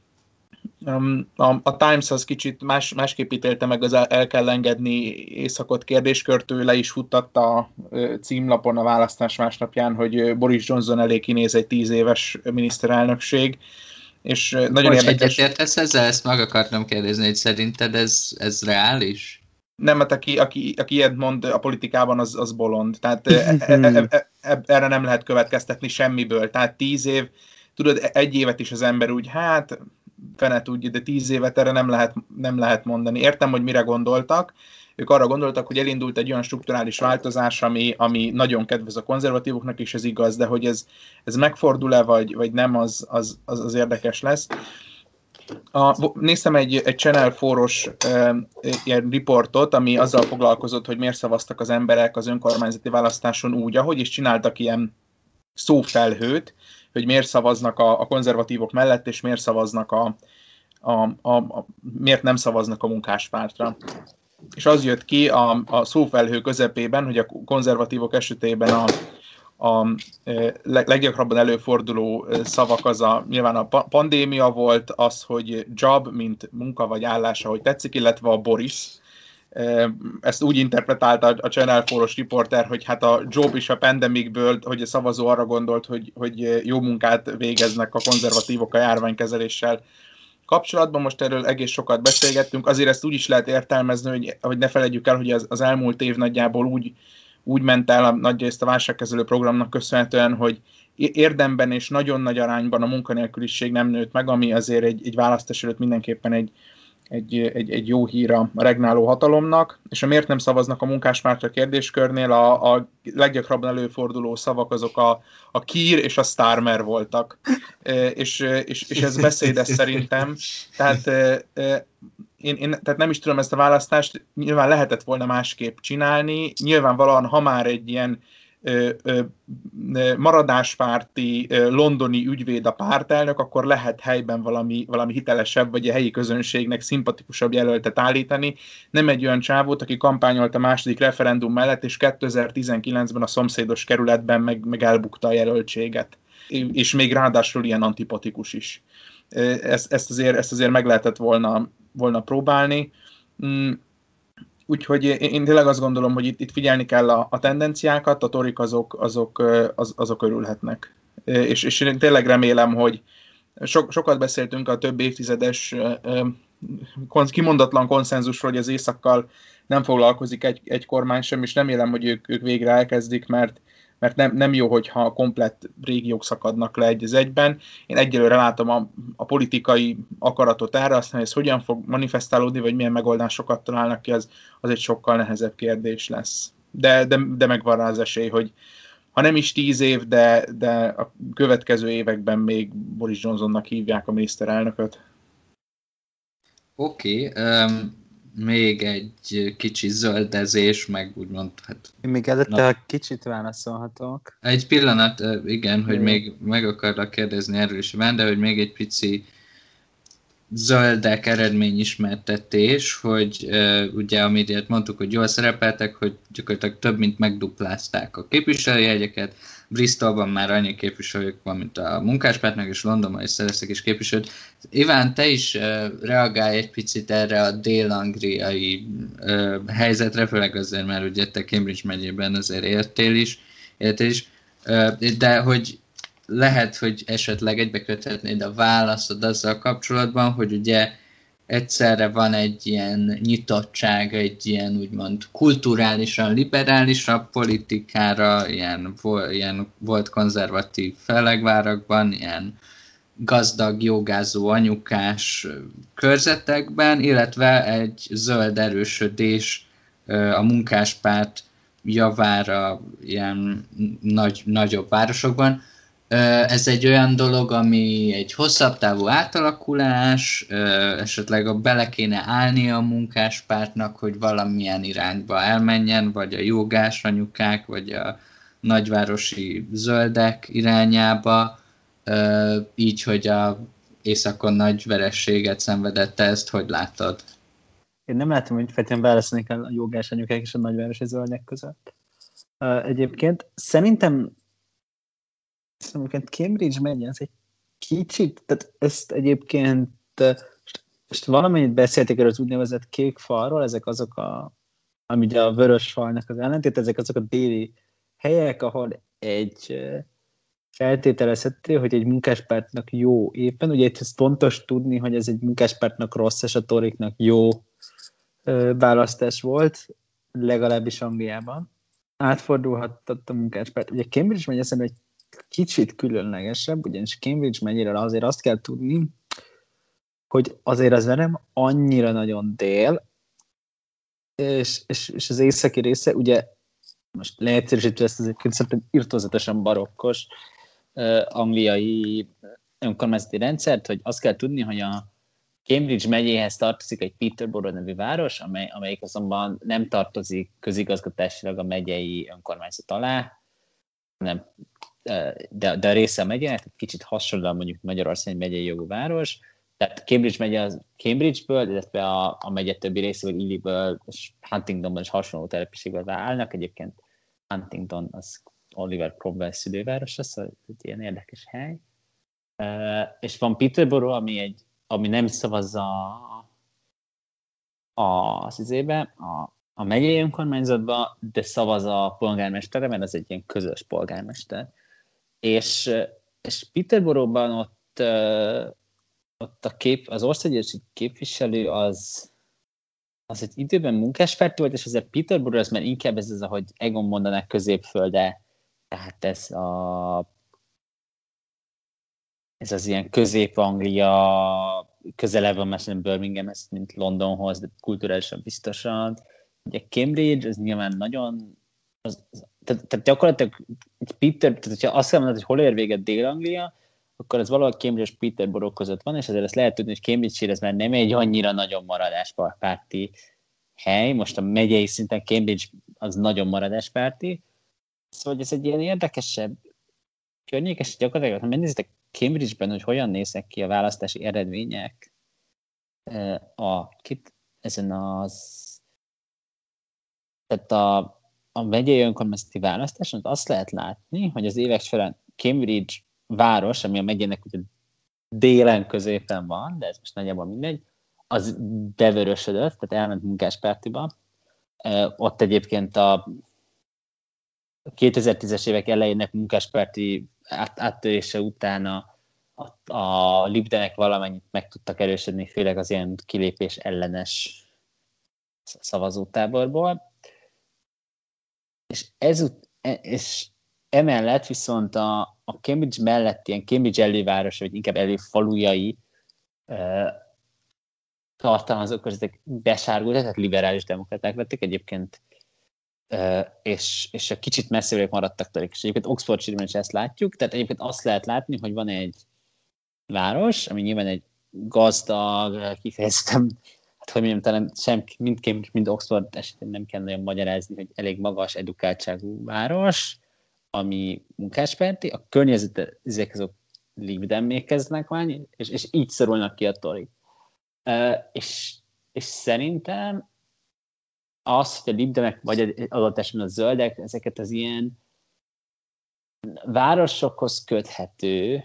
A Times az kicsit másképp ítélte meg az el kell engedni északot kérdéskörtől, le is futtatta a címlapon a választás másnapján, hogy Boris Johnson elé kinéz egy 10 éves miniszterelnökség. És nagyon érdekes. Egyetértesz ezzel? Ezt meg akartam kérdezni, hogy szerinted ez reális? Nem, hát aki ilyet mond a politikában, az bolond. Tehát erre nem lehet következtetni semmiből. Tehát 10 év, tudod, egy évet is az ember úgy, fene tudja, de 10 évet erre nem lehet mondani. Értem, hogy mire gondoltak. ők arra gondoltak, hogy elindult egy olyan strukturális változás, ami nagyon kedvez a konzervatívoknak, és ez igaz, de hogy ez megfordul-e, vagy nem, az érdekes lesz. Néztem egy Channel 4-os ilyen riportot, ami azzal foglalkozott, hogy miért szavaztak az emberek az önkormányzati választáson úgy, ahogy, és csináltak ilyen szófelhőt, hogy miért szavaznak a konzervatívok mellett, és miért szavaznak miért nem szavaznak a munkáspártra. És az jött ki a szófelhő közepében, hogy a konzervatívok esetében a leggyakrabban előforduló szavak nyilván a pandémia volt, az, hogy job, mint munka vagy állás, ahogy tetszik, illetve a Boris. Ezt úgy interpretálta a Channel 4-os riporter, hogy hát a job és a pandemicből, hogy a szavazó arra gondolt, hogy jó munkát végeznek a konzervatívok a járványkezeléssel kapcsolatban. Most erről egész sokat beszélgettünk, azért ezt úgy is lehet értelmezni, hogy ne felejtjük el, hogy az elmúlt év nagyjából úgy ment el nagyrészt a válságkezelő programnak köszönhetően, hogy érdemben és nagyon nagy arányban a munkanélküliség nem nőtt meg, ami azért egy választás előtt mindenképpen egy jó hír a regnáló hatalomnak, és miért nem szavaznak a munkáspártra kérdéskörnél, a leggyakrabban előforduló szavak azok a Kiir és a Starmer voltak. És ez beszédes szerintem. Tehát nem is tudom ezt a választást, nyilván lehetett volna másképp csinálni, nyilvánvalóan, ha már egy ilyen maradáspárti londoni ügyvéd a pártelnök, akkor lehet helyben valami hitelesebb, vagy a helyi közönségnek szimpatikusabb jelöltet állítani. Nem egy olyan csávót, aki kampányolt a második referendum mellett, és 2019-ben a szomszédos kerületben meg elbukta a jelöltséget. És még ráadásul ilyen antipatikus is. Ezt azért meg lehetett volna próbálni. Úgyhogy én tényleg azt gondolom, hogy itt figyelni kell a tendenciákat, a torik azok örülhetnek. És én tényleg remélem, hogy sokat beszéltünk a több évtizedes kimondatlan konszenzusról, hogy az Északkal nem foglalkozik egy kormány sem, és remélem, hogy ők végre elkezdik, mert nem jó, hogyha komplett régiók szakadnak le egy az egyben. Én egyelőre látom a politikai akaratot erre, aztán ez hogyan fog manifestálódni, vagy milyen megoldásokat találnak ki, az egy sokkal nehezebb kérdés lesz. De megvan rá az esély, hogy ha nem is 10 év, de a következő években még Boris Johnsonnak hívják a miniszterelnököt. Oké. Még egy kicsi zöldezés, meg úgymond... Én még előtte kicsit válaszolhatok. Egy pillanat, igen, hogy még meg akarlak kérdezni erről is, de hogy még egy pici zöldek eredményismertetés, hogy ugye amit mondtuk, hogy jól szerepeltek, hogy gyakorlatilag több mint megduplázták a képviselőjegyeket. Bristolban már annyi képviselők van, mint a munkáspártnak, és Londonban is szereztek is képviselőt. Iván, te is reagálj egy picit erre a dél-angliai helyzetre, főleg azért, mert ugye te Cambridge megyében azért éltél is, de hogy lehet, hogy esetleg egybeköthetnéd a válaszod azzal kapcsolatban, hogy ugye egyszerre van egy ilyen nyitottság, egy ilyen úgymond kulturálisan liberálisabb politikára, ilyen volt konzervatív fellegvárakban, ilyen gazdag, jogázó, anyukás körzetekben, illetve egy zöld erősödés a munkáspárt javára ilyen nagyobb városokban. Ez egy olyan dolog, ami egy hosszabb távú átalakulás, esetleg bele kéne állni a munkáspártnak, hogy valamilyen irányba elmenjen, vagy a jogás anyukák, vagy a nagyvárosi zöldek irányába, így, hogy a északon nagy verességet szenvedett, ezt hogy látod? Én nem látom, hogy feltétlenül válaszolni kell a jogás anyukák és a nagyvárosi zöldek között. Egyébként szerintem Cambridge megye, ez egy kicsit, tehát ezt egyébként most valamennyit beszélték erről az úgynevezett kék falról, ezek azok ami ugye a vörös falnak az ellentét, ezek azok a déli helyek, ahol egy feltételezhető, hogy egy munkáspártnak jó éppen, ugye itt ez fontos tudni, hogy ez egy munkáspártnak rossz, és a toriknak jó választás volt, legalábbis Angliában. Átfordulhatott a munkáspárt. Ugye Cambridge megye szerintem egy kicsit különlegesebb, ugyanis Cambridge mennyire azért azt kell tudni, hogy azért az nem annyira nagyon dél, és az északi része, ugye most leegyszerűsítve ezt azért szerintem irtózatosan barokkos angliai önkormányzati rendszert, hogy azt kell tudni, hogy a Cambridge megyéhez tartozik egy Peterborough nevű város, amelyik azonban nem tartozik közigazgatásilag a megyei önkormányzat alá, nem, de a része a megyének, kicsit hasonlóan mondjuk Magyarország egy megyei jogú város, tehát Cambridge megye az Cambridge-ből, illetve a megye többi részéből, Ely-ből és Huntingdonban is hasonló településéből állnak. Egyébként Huntingdon az Oliver Cromwell szülővárosa, szóval egy ilyen érdekes hely. És van Peterborough, ami nem szavaz a megyei önkormányzatba, de szavaz a polgármestere, mert ez egy ilyen közös polgármester. És Peterboroughban ott az országgyűlési képviselő az egy időben munkáspárti volt, és azért Peterborough az már inkább ez ahogy Egon mondaná, középfölde, tehát ez az ilyen Közép-Anglia, közelebb van mesélem Birminghamhez, mint Londonhoz, de kulturálisan biztosan. Ugye Cambridge, az nyilván nagyon... Tehát gyakorlatilag tehát hogyha azt kell mondani, hogy hol ér véget Dél-Anglia, akkor ez valahol Cambridge és Peterborough között van, és azért ezt lehet tudni, hogy Cambridge-re ez már nem egy annyira nagyon maradáspárti hely. Most a megyei szinten Cambridge az nagyon maradáspárti. Szóval ez egy ilyen érdekesebb környék, és gyakorlatilag, ha megnézitek Cambridge-ben, hogy hogyan néznek ki a választási eredmények tehát a megyei önkormányzati választáson, azt lehet látni, hogy az évek során Cambridge város, ami a megyének ugye délen középen van, de ez most nagyjából mindegy, az bevörösödött, tehát elment munkáspártiba. Ott egyébként a 2010-es évek elejének munkáspárti áttörése után a libdenek valamennyit meg tudtak erősödni, főleg az ilyen kilépés ellenes szavazótáborból. És emellett viszont a Cambridge mellett ilyen Cambridge előváros, vagy inkább előfalujai tartalmazók közöttek besárgultak, tehát liberális demokraták lettek egyébként, és a kicsit messziről maradtak tőlük. És egyébként Oxfordshire-ben is ezt látjuk, tehát egyébként azt lehet látni, hogy van egy város, ami nyilván egy gazdag, kifejezetten, hát hogy mondjam, talán sem mind Cambridge, mind Oxford esetén nem kell nagyon magyarázni, hogy elég magas edukáltságú város, ami munkáspárti, a környezete ezek azok libdemmékeznek válni, és így szorulnak ki a torik. És szerintem az, hogy a libdemek, vagy adott esetben a zöldek, ezeket az ilyen városokhoz köthető,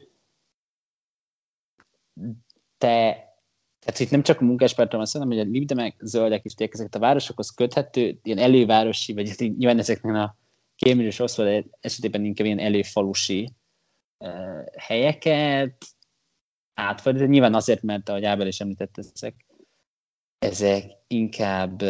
tehát itt nem csak a munkáspártról van szó, hanem hogy a libdemek, zöldek is ezeket a városokhoz köthető, ilyen elővárosi, vagy nyilván ezeknek a Cambridge és Oxford esetében inkább ilyen előfalusi helyeket átfordítani. Nyilván azért, mert ahogy Ábel is említett, ezek inkább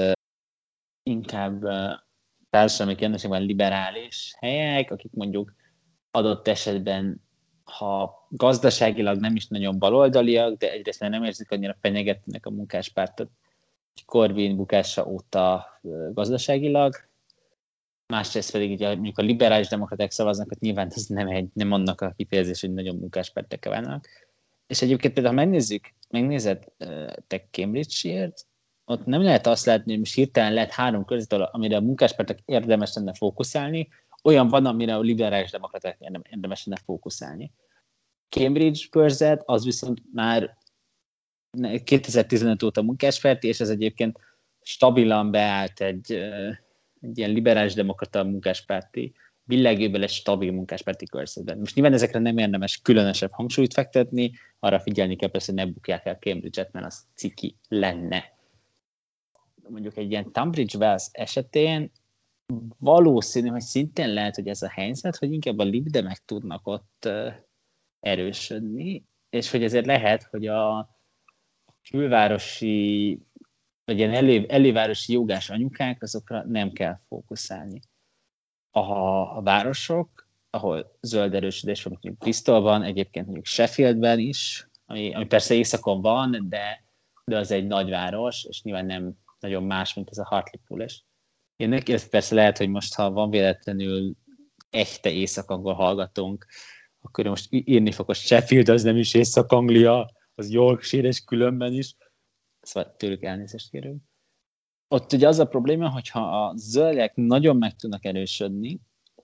társadalmi kérdésekben liberális helyek, akik mondjuk adott esetben, ha gazdaságilag nem is nagyon baloldaliak, de egyrészt nem érzik annyira fenyegetőnek a munkáspártot Corbyn bukása óta gazdaságilag, másrészt pedig ugye, mondjuk a liberális demokraták szavaznak, hogy nyilván ez nem annak a kifejezés, hogy nagyon munkáspártek válnak. És egyébként például, ha megnézed te Cambridge-ért, ott nem lehet azt látni, hogy most hirtelen lehet 3 körzet, amire a munkáspártok érdemes lenne fókuszálni, olyan van, amire a liberális demokraták érdemes lenne fókuszálni. Cambridge körzet, az viszont már 2015 óta munkáspárti, és ez egyébként stabilan beállt egy ilyen liberális demokrata munkáspárti, billegőből egy stabil munkáspárti körzetben. Most nyilván ezekre nem érdemes különösebb hangsúlyt fektetni, arra figyelni kell persze, hogy ne bukják el Cambridge-et, mert az ciki lenne. Mondjuk egy ilyen Tunbridge Wells esetén valószínű, hogy szintén lehet, hogy ez a helyzet, hogy inkább a libdemek tudnak ott erősödni, és hogy ezért lehet, hogy a külvárosi, vagy ilyen elővárosi jogás anyukák, azokra nem kell fókuszálni. A városok, ahol zöld erősödés van, mondjuk Bristolban, egyébként mondjuk Sheffieldben is, ami persze északon van, de az egy nagyváros, és nyilván nem nagyon más, mint ez a Hartlepool-es. Ez persze lehet, hogy most, ha van véletlenül echte észak-angol hallgatónk, akkor most írni fog, a Sheffield az nem is Észak-Anglia, az Yorkshire-es különben is. Szóval tőlük elnézést kérünk. Ott ugye az a probléma, hogyha a zöldek nagyon meg tudnak erősödni,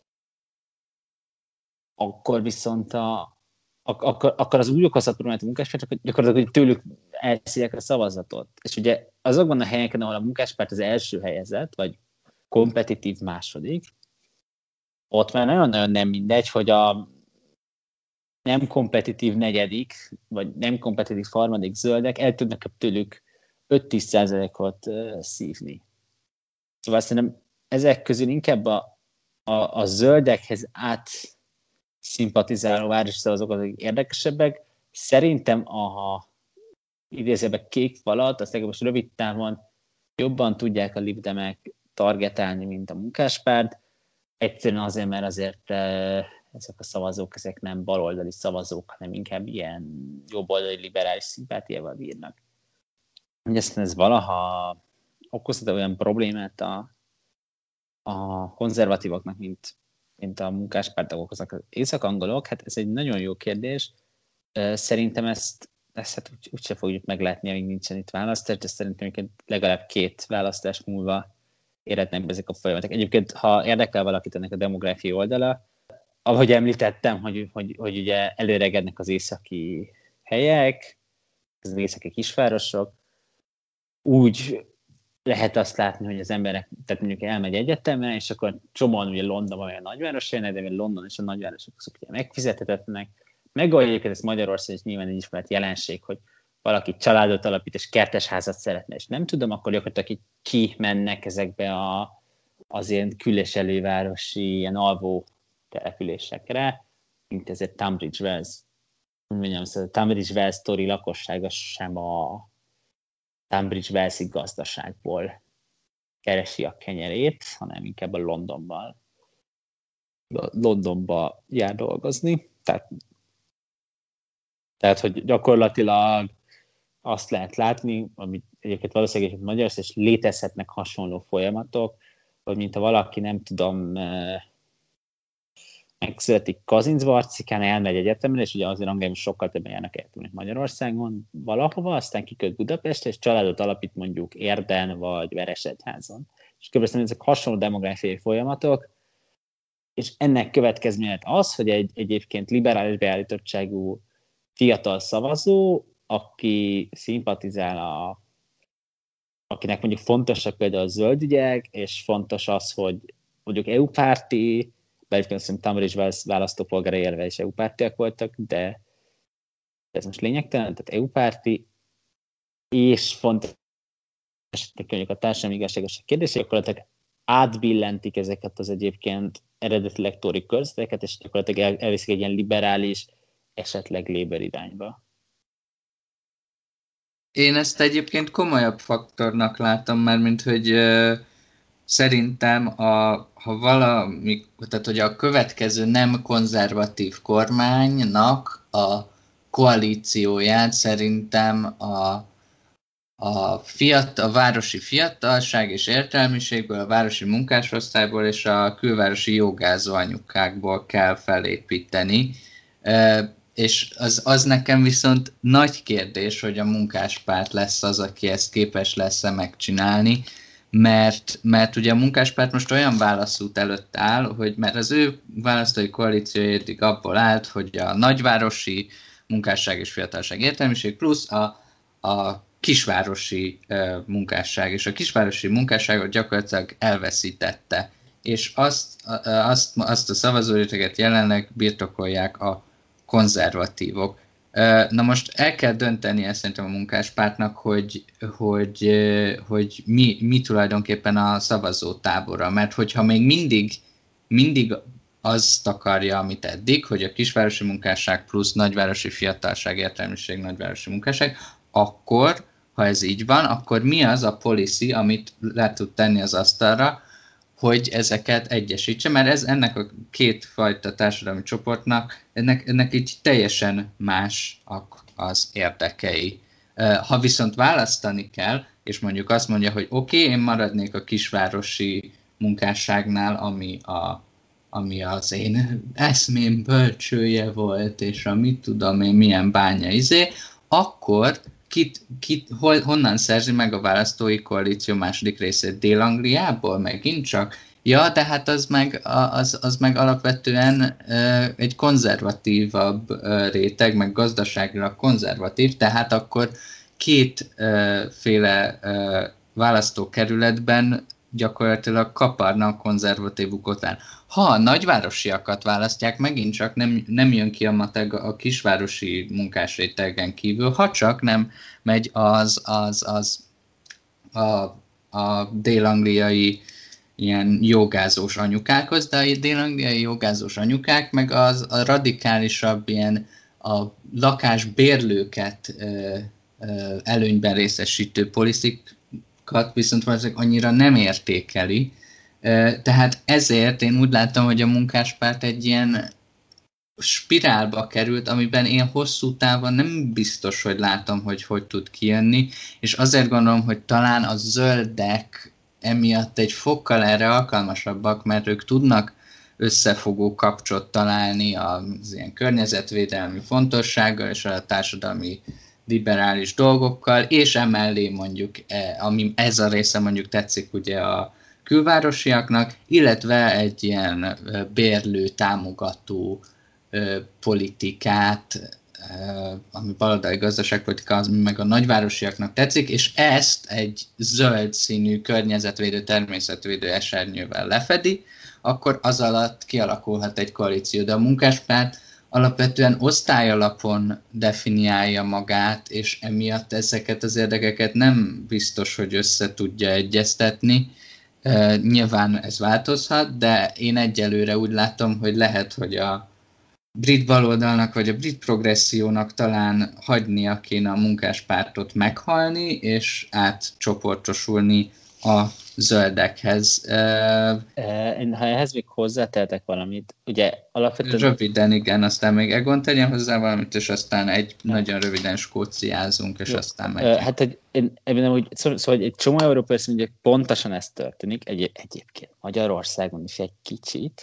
akkor viszont akkor az úgy okozhat problémát a munkáspárt, hogy gyakorlatilag tőlük elszívják a szavazatot. És ugye azokban a helyeken, ahol a munkáspárt az első helyezett, vagy kompetitív második, ott már nagyon-nagyon nem mindegy, hogy a nem kompetitív negyedik, vagy nem kompetitív harmadik zöldek el tudnak tőlük 5-10%-ot szívni. Szóval szerintem ezek közül inkább a zöldekhez szimpatizáló városi szavazók azok érdekesebbek. Szerintem a idézőben kék falat, azt legalábbis rövid távon jobban tudják a libdemek targetálni, mint a munkáspárt. Egyszerűen azért, mert azért ezek a szavazók, ezek nem baloldali szavazók, hanem inkább ilyen jobboldali liberális szimpátiával bírnak. Aztán ez valaha okozhat olyan problémát a konzervatívoknak, mint a munkáspártagok, az észak-angolok, hát ez egy nagyon jó kérdés. Szerintem ezt hát úgyse fogjuk meglátni, amíg nincsen itt választás, de szerintem legalább 2 választás múlva érhetnek be ezek a folyamatok. Egyébként, ha érdekel valakit ennek a demográfiai oldala, ahogy említettem, hogy ugye előregednek az északi helyek, az északi kisvárosok, úgy lehet azt látni, hogy az emberek, tehát mondjuk elmegy egyetemre, és akkor csomóan ugye Londonban olyan nagyváros jönnek, de London és a nagyvárosok azok ugye megfizethetetlenek. Megoldjuk, ez Magyarország is nyilván egy ismert jelenség, hogy valaki családot alapít, és kertesházat szeretne, és nem tudom, akkor gyakorlatilag kimennek ezekbe az ilyen külés elővárosi, ilyen alvó településekre, mint ezért Tunbridge Wells. Mondjam, szóval a Tunbridge Wells sztori lakossága sem a Tunbridge Wells-i gazdaságból keresi a kenyerét, hanem inkább a Londonba jár dolgozni. Tehát, hogy gyakorlatilag azt lehet látni, amit egyébként valószínűleg Magyarországon is létezhetnek hasonló folyamatok, hogy mint ha valaki, nem tudom, megszületik Kazincbarcikán, elmegy egyetemre, és ugye azért angolul sokkal többen járnak el, mint Magyarországon valahova, aztán kiköt Budapestre, és családot alapít mondjuk Érden vagy Veresegyházon. És körülbelül ezek hasonló demográfiai folyamatok, és ennek következménye az, hogy egy egyébként liberális beállítottságú fiatal szavazó, aki szimpatizál akinek mondjuk fontosak például a zöld ügyek, és fontos az, hogy mondjuk EU-párti, egyébként azt hiszem Tunbridge Wells választópolgára élve is EU-pártiak voltak, de ez most lényegtelen, tehát EU-párti, és fontos, mondjuk a társadalmi igazságosság kérdések, gyakorlatilag átbillentik ezeket az egyébként eredetileg tóri körzeteket, és gyakorlatilag elviszik egy ilyen liberális, esetleg Labour irányba. Én ezt egyébként komolyabb faktornak látom, mert mint hogy szerintem, tehát hogy a következő nem konzervatív kormánynak a koalícióját szerintem a városi fiatalság és értelmiségből, a városi munkásosztályból és a külvárosi jogázó anyukákból kell felépíteni. És az nekem viszont nagy kérdés, hogy a munkáspárt lesz az, aki ezt képes lesz-e megcsinálni, mert ugye a munkáspárt most olyan válaszút előtt áll, hogy mert az ő választói koalíciója eddig abból állt, hogy a nagyvárosi munkásság és fiatalság értelmiség plusz a kisvárosi munkásság, és a kisvárosi munkásságot gyakorlatilag elveszítette. És azt a szavazóréteget jelenleg birtokolják a konzervatívok. Na most el kell döntenie szerintem a munkáspártnak, hogy mi tulajdonképpen a szavazótábora, mert hogyha még mindig azt akarja, amit eddig, hogy a kisvárosi munkásság plusz nagyvárosi fiatalság, értelmiség, nagyvárosi munkásság, akkor, ha ez így van, akkor mi az a policy, amit le tud tenni az asztalra, hogy ezeket egyesítse, mert ennek a két fajta társadalmi csoportnak, ennek így teljesen más az érdekei. Ha viszont választani kell, és mondjuk azt mondja, hogy oké, én maradnék a kisvárosi munkásságnál, ami az én eszmém bölcsője volt, és a mit tudom én milyen bánya akkor honnan szerzi meg a választói koalíció második részét? Dél-Angliából megint csak? Ja, de hát az meg alapvetően egy konzervatívabb réteg, meg gazdaságilag konzervatív, tehát akkor kétféle választókerületben gyakorlatilag kaparnak konzervatívuk után. Ha a nagyvárosiakat választják, megint csak nem jön ki a mateg a kisvárosi munkásrétegen kívül, ha csak nem megy a dél-angliai ilyen jogázós anyukákhoz, de a dél-angliai jogázós anyukák meg a radikálisabb ilyen a lakásbérlőket előnyben részesítő politikákat viszont valószínűleg annyira nem értékeli. Tehát ezért én úgy láttam, hogy a Munkáspárt egy ilyen spirálba került, amiben én hosszú távon nem biztos, hogy látom, hogy tud kijönni, és azért gondolom, hogy talán a zöldek emiatt egy fokkal erre alkalmasabbak, mert ők tudnak összefogó kapcsot találni az ilyen környezetvédelmi fontossággal és a társadalmi liberális dolgokkal, és emellé mondjuk, ami ez a része mondjuk tetszik ugye a külvárosiaknak, illetve egy ilyen bérlő, támogató politikát, ami baloldali gazdaságpolitika, az meg a nagyvárosiaknak tetszik, és ezt egy zöld színű környezetvédő, természetvédő esernyővel lefedi, akkor az alatt kialakulhat egy koalíció. De a Munkáspárt alapvetően osztályalapon definiálja magát, és emiatt ezeket az érdekeket nem biztos, hogy össze tudja egyeztetni. Nyilván ez változhat, de én egyelőre úgy látom, hogy lehet, hogy a brit baloldalnak vagy a brit progressziónak talán hagynia kéne a Munkáspártot meghalni, és átcsoportosulni a zöldekhez. Én, ha ehhez még hozzátehetek valamit, ugye alapvetően... Röviden, igen, aztán még Egon tegyen hozzá valamit, és aztán nagyon röviden skóciázunk, és aztán megyünk. Hát, hogy én ebben úgy, szóval egy csomó európai azt mondja, hogy pontosan ez történik, egyébként Magyarországon is egy kicsit,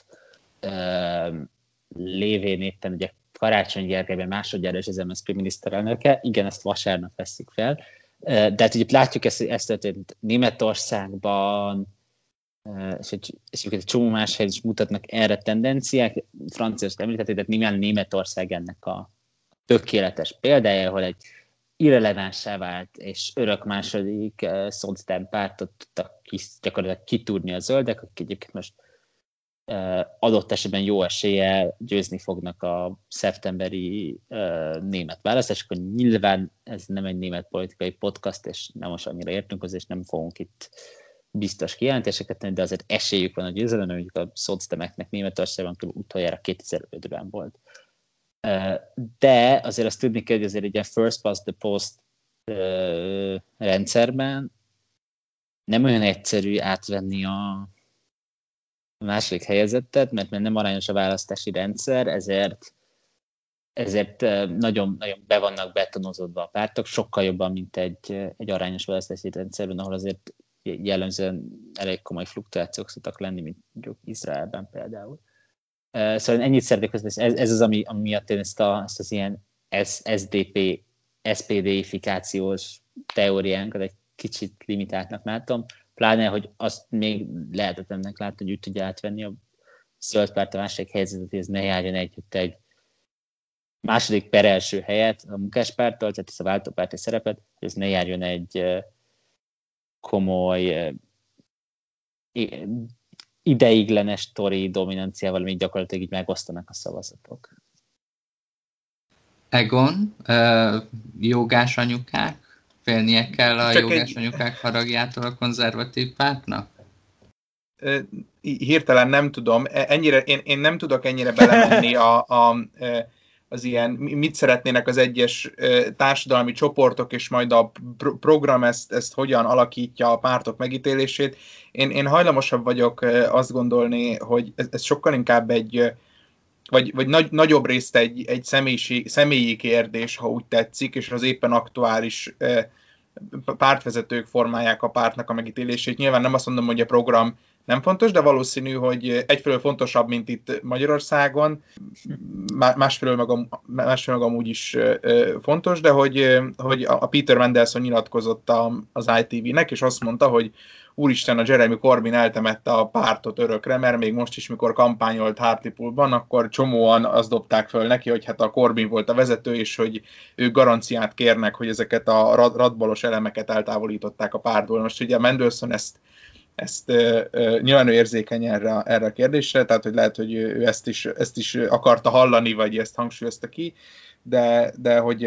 lévén éppen ugye Karácsony Gergelyben másodjára is az MSZP miniszterelnöke, igen, ezt vasárnap veszik fel, de hát ugye látjuk ezt történt Németországban, és egy csomó más helyet is mutatnak erre tendenciák. Franciaország említették, tehát nyilván Németország ennek a tökéletes példája, ahol egy irrelevánsá vált és örök második szociális pártot tudtak gyakorlatilag kitúrni a zöldek, akik egyébként most adott esetben jó eséllyel győzni fognak a szeptemberi német választásokon. Nyilván ez nem egy német politikai podcast, és nem most annyira értünk hozzá, és nem fogunk itt biztos kijelentéseket tenni, de azért esélyük van a győzelemre, mondjuk a szocdemeknek Németországban kb. Utoljára 2005-ben volt. De azért azt tudni kell, hogy azért egy ilyen first past the post rendszerben nem olyan egyszerű átvenni a második helyezettet, mert nem arányos a választási rendszer, ezért nagyon, nagyon be vannak betonozódva a pártok, sokkal jobban, mint egy arányos választási rendszerben, ahol azért jellemzően elég komoly fluktuációk szoktak lenni, mint mondjuk Izraelben például. Szóval ennyit szeretnék hozni, ez az, ami miatt én ezt az ilyen SDP, SPD-ifikációs teóriánkat egy kicsit limitáltnak látom, pláne, hogy azt még lehetetlennek látom, hogy úgy tudja átvenni a zöld párt a második helyzetet, hogy ez ne járjon együtt egy második per első helyet a Munkáspárttal, tehát ez a váltópárti szerepet, hogy ez ne járjon egy komoly ideiglenes tori dominanciával, amit gyakorlatilag így megosztanak a szavazatok. Egon, jogás anyukák? Félnie kell a jogás anyukák haragjától a konzervatív pártnak? Hirtelen nem tudom. Én nem tudok ennyire belemenni az ilyen, mit szeretnének az egyes társadalmi csoportok, és majd a program ezt hogyan alakítja a pártok megítélését. Én hajlamosabb vagyok azt gondolni, hogy ez sokkal inkább egy vagy nagyobb részt egy személyi kérdés, ha úgy tetszik, és az éppen aktuális pártvezetők formálják a pártnak a megítélését. Nyilván nem azt mondom, hogy a program nem fontos, de valószínű, hogy egyfelől fontosabb, mint itt Magyarországon, másfelől meg amúgy is fontos, de hogy a Peter Mandelson nyilatkozott az ITV-nek, és azt mondta, hogy úristen, a Jeremy Corbyn eltemette a pártot örökre, mert még most is, mikor kampányolt Hartlepoolban, akkor csomóan azt dobták föl neki, hogy hát a Corbyn volt a vezető, és hogy ők garanciát kérnek, hogy ezeket a radbalos elemeket eltávolították a pártból. Most ugye Mandelson ezt nyilván ő érzékeny erre a kérdésre, tehát hogy lehet, hogy ő ezt is akarta hallani, vagy ezt hangsúlyozta ki, de hogy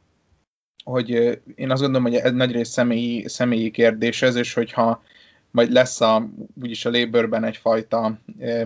én azt gondolom, hogy ez nagyrészt személyi kérdés ez, és hogyha majd lesz úgyis a Labourben egyfajta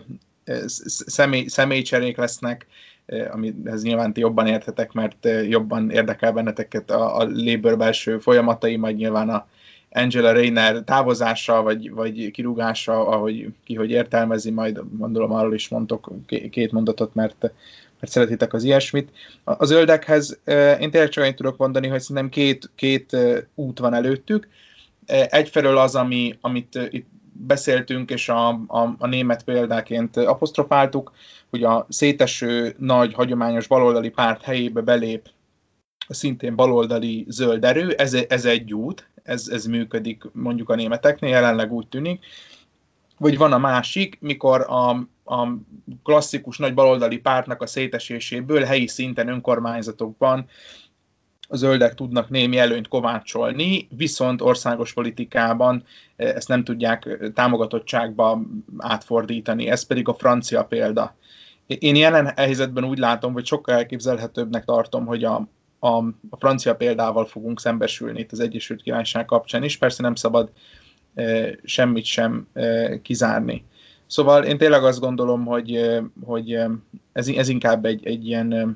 személycserék lesznek, amihez nyilván ti jobban érthetek, mert jobban érdekel benneteket a Labour belső folyamatai, majd nyilván a Angela Rayner távozása, vagy kirúgása, ahogy ki hogy értelmezi, majd gondolom arról is mondtok két mondatot, mert szeretitek az ilyesmit. A zöldekhez én tényleg csak annyit tudok mondani, hogy szerintem két út van előttük. Egyfelől az, amit itt beszéltünk, és a német példáként apostrofáltuk, hogy a széteső nagy hagyományos baloldali párt helyébe belép a szintén baloldali zöld erő, ez egy út, ez működik mondjuk a németeknél, jelenleg úgy tűnik. Vagy van a másik, mikor a klasszikus nagy baloldali pártnak a széteséséből helyi szinten önkormányzatokban a zöldek tudnak némi előnyt kovácsolni, viszont országos politikában ezt nem tudják támogatottságba átfordítani. Ez pedig a francia példa. Én jelen helyzetben úgy látom, hogy sokkal elképzelhetőbbnek tartom, hogy a francia példával fogunk szembesülni itt az Egyesült Királyság kapcsán is. Persze nem szabad semmit sem kizárni. Szóval én tényleg azt gondolom, hogy ez inkább egy ilyen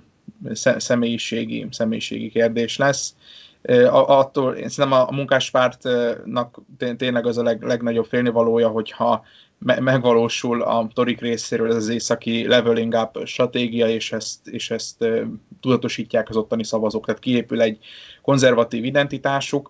személyiségi kérdés lesz. Attól én szerintem a munkáspártnak tényleg az a legnagyobb félnivalója, hogyha megvalósul a torik részéről ez az északi leveling up stratégia, és ezt tudatosítják az ottani szavazók. Tehát kiépül egy konzervatív identitásuk,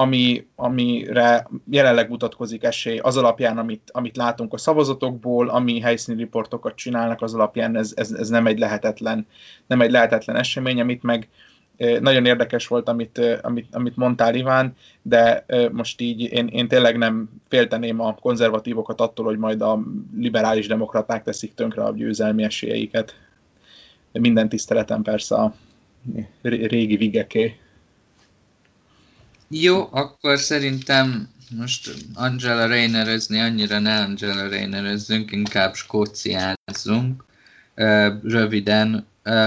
amire jelenleg mutatkozik esély az alapján, amit látunk a szavazatokból, ami helyszíni riportokat csinálnak, az alapján ez nem egy lehetetlen esemény, amit meg nagyon érdekes volt, amit mondtál, Iván, de most így én tényleg nem félteném a konzervatívokat attól, hogy majd a liberális demokraták teszik tönkre a győzelmi esélyeiket. Minden tiszteletem persze a régi vigeké. Jó, akkor szerintem most Angela Raynerezni annyira ne Angela Raynerezzünk, inkább skóciázzunk. Röviden.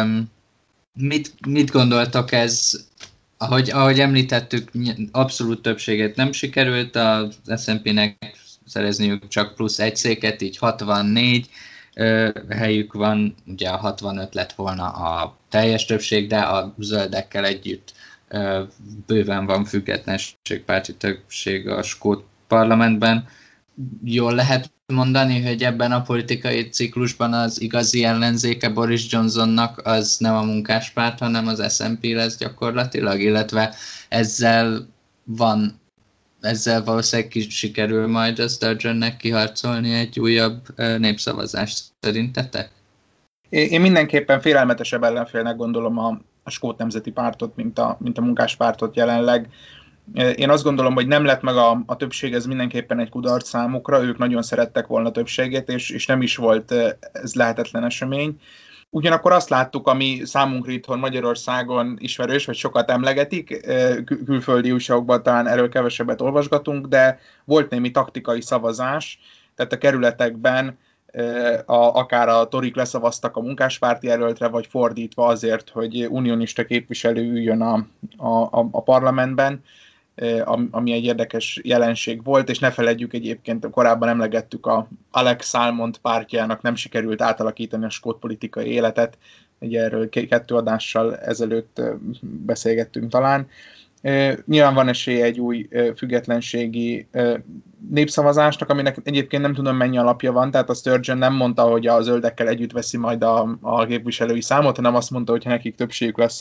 Mit gondoltak ez? Ahogy említettük, abszolút többséget nem sikerült, az SNP-nek szerezniük csak plusz egy széket, így 64 helyük van, ugye a 65 lett volna a teljes többség, de a zöldekkel együtt bőven van függetlenségpárti többség a skót parlamentben. Jól lehet mondani, hogy ebben a politikai ciklusban az igazi ellenzéke Boris Johnsonnak az nem a munkáspárt, hanem az SNP lesz gyakorlatilag, illetve ezzel valószínűleg sikerül majd a Sturgeonnek kiharcolni egy újabb népszavazást, szerintetek? Én mindenképpen félelmetesebb ellenfélnek gondolom a skót nemzeti pártot, mint a munkáspártot jelenleg. Én azt gondolom, hogy nem lett meg a többség, ez mindenképpen egy kudarc számukra, ők nagyon szerettek volna többséget, és nem is volt ez lehetetlen esemény. Ugyanakkor azt láttuk, ami számunkra itthon Magyarországon ismerős, vagy sokat emlegetik, külföldi újságokban talán erről kevesebbet olvasgatunk, de volt némi taktikai szavazás, tehát a kerületekben akár a torik leszavaztak a munkáspárti jelöltre, vagy fordítva azért, hogy unionista képviselő üljön a parlamentben, ami egy érdekes jelenség volt, és ne feledjük egyébként, korábban emlegettük a Alex Salmond pártjának nem sikerült átalakítani a skót politikai életet, ugye erről 2 adással ezelőtt beszélgettünk talán. Nyilván van esélye egy új függetlenségi népszavazásnak, aminek egyébként nem tudom mennyi alapja van, tehát a Sturgeon nem mondta, hogy a zöldekkel együtt veszi majd a képviselői számot, hanem azt mondta, hogy ha nekik többségük lesz,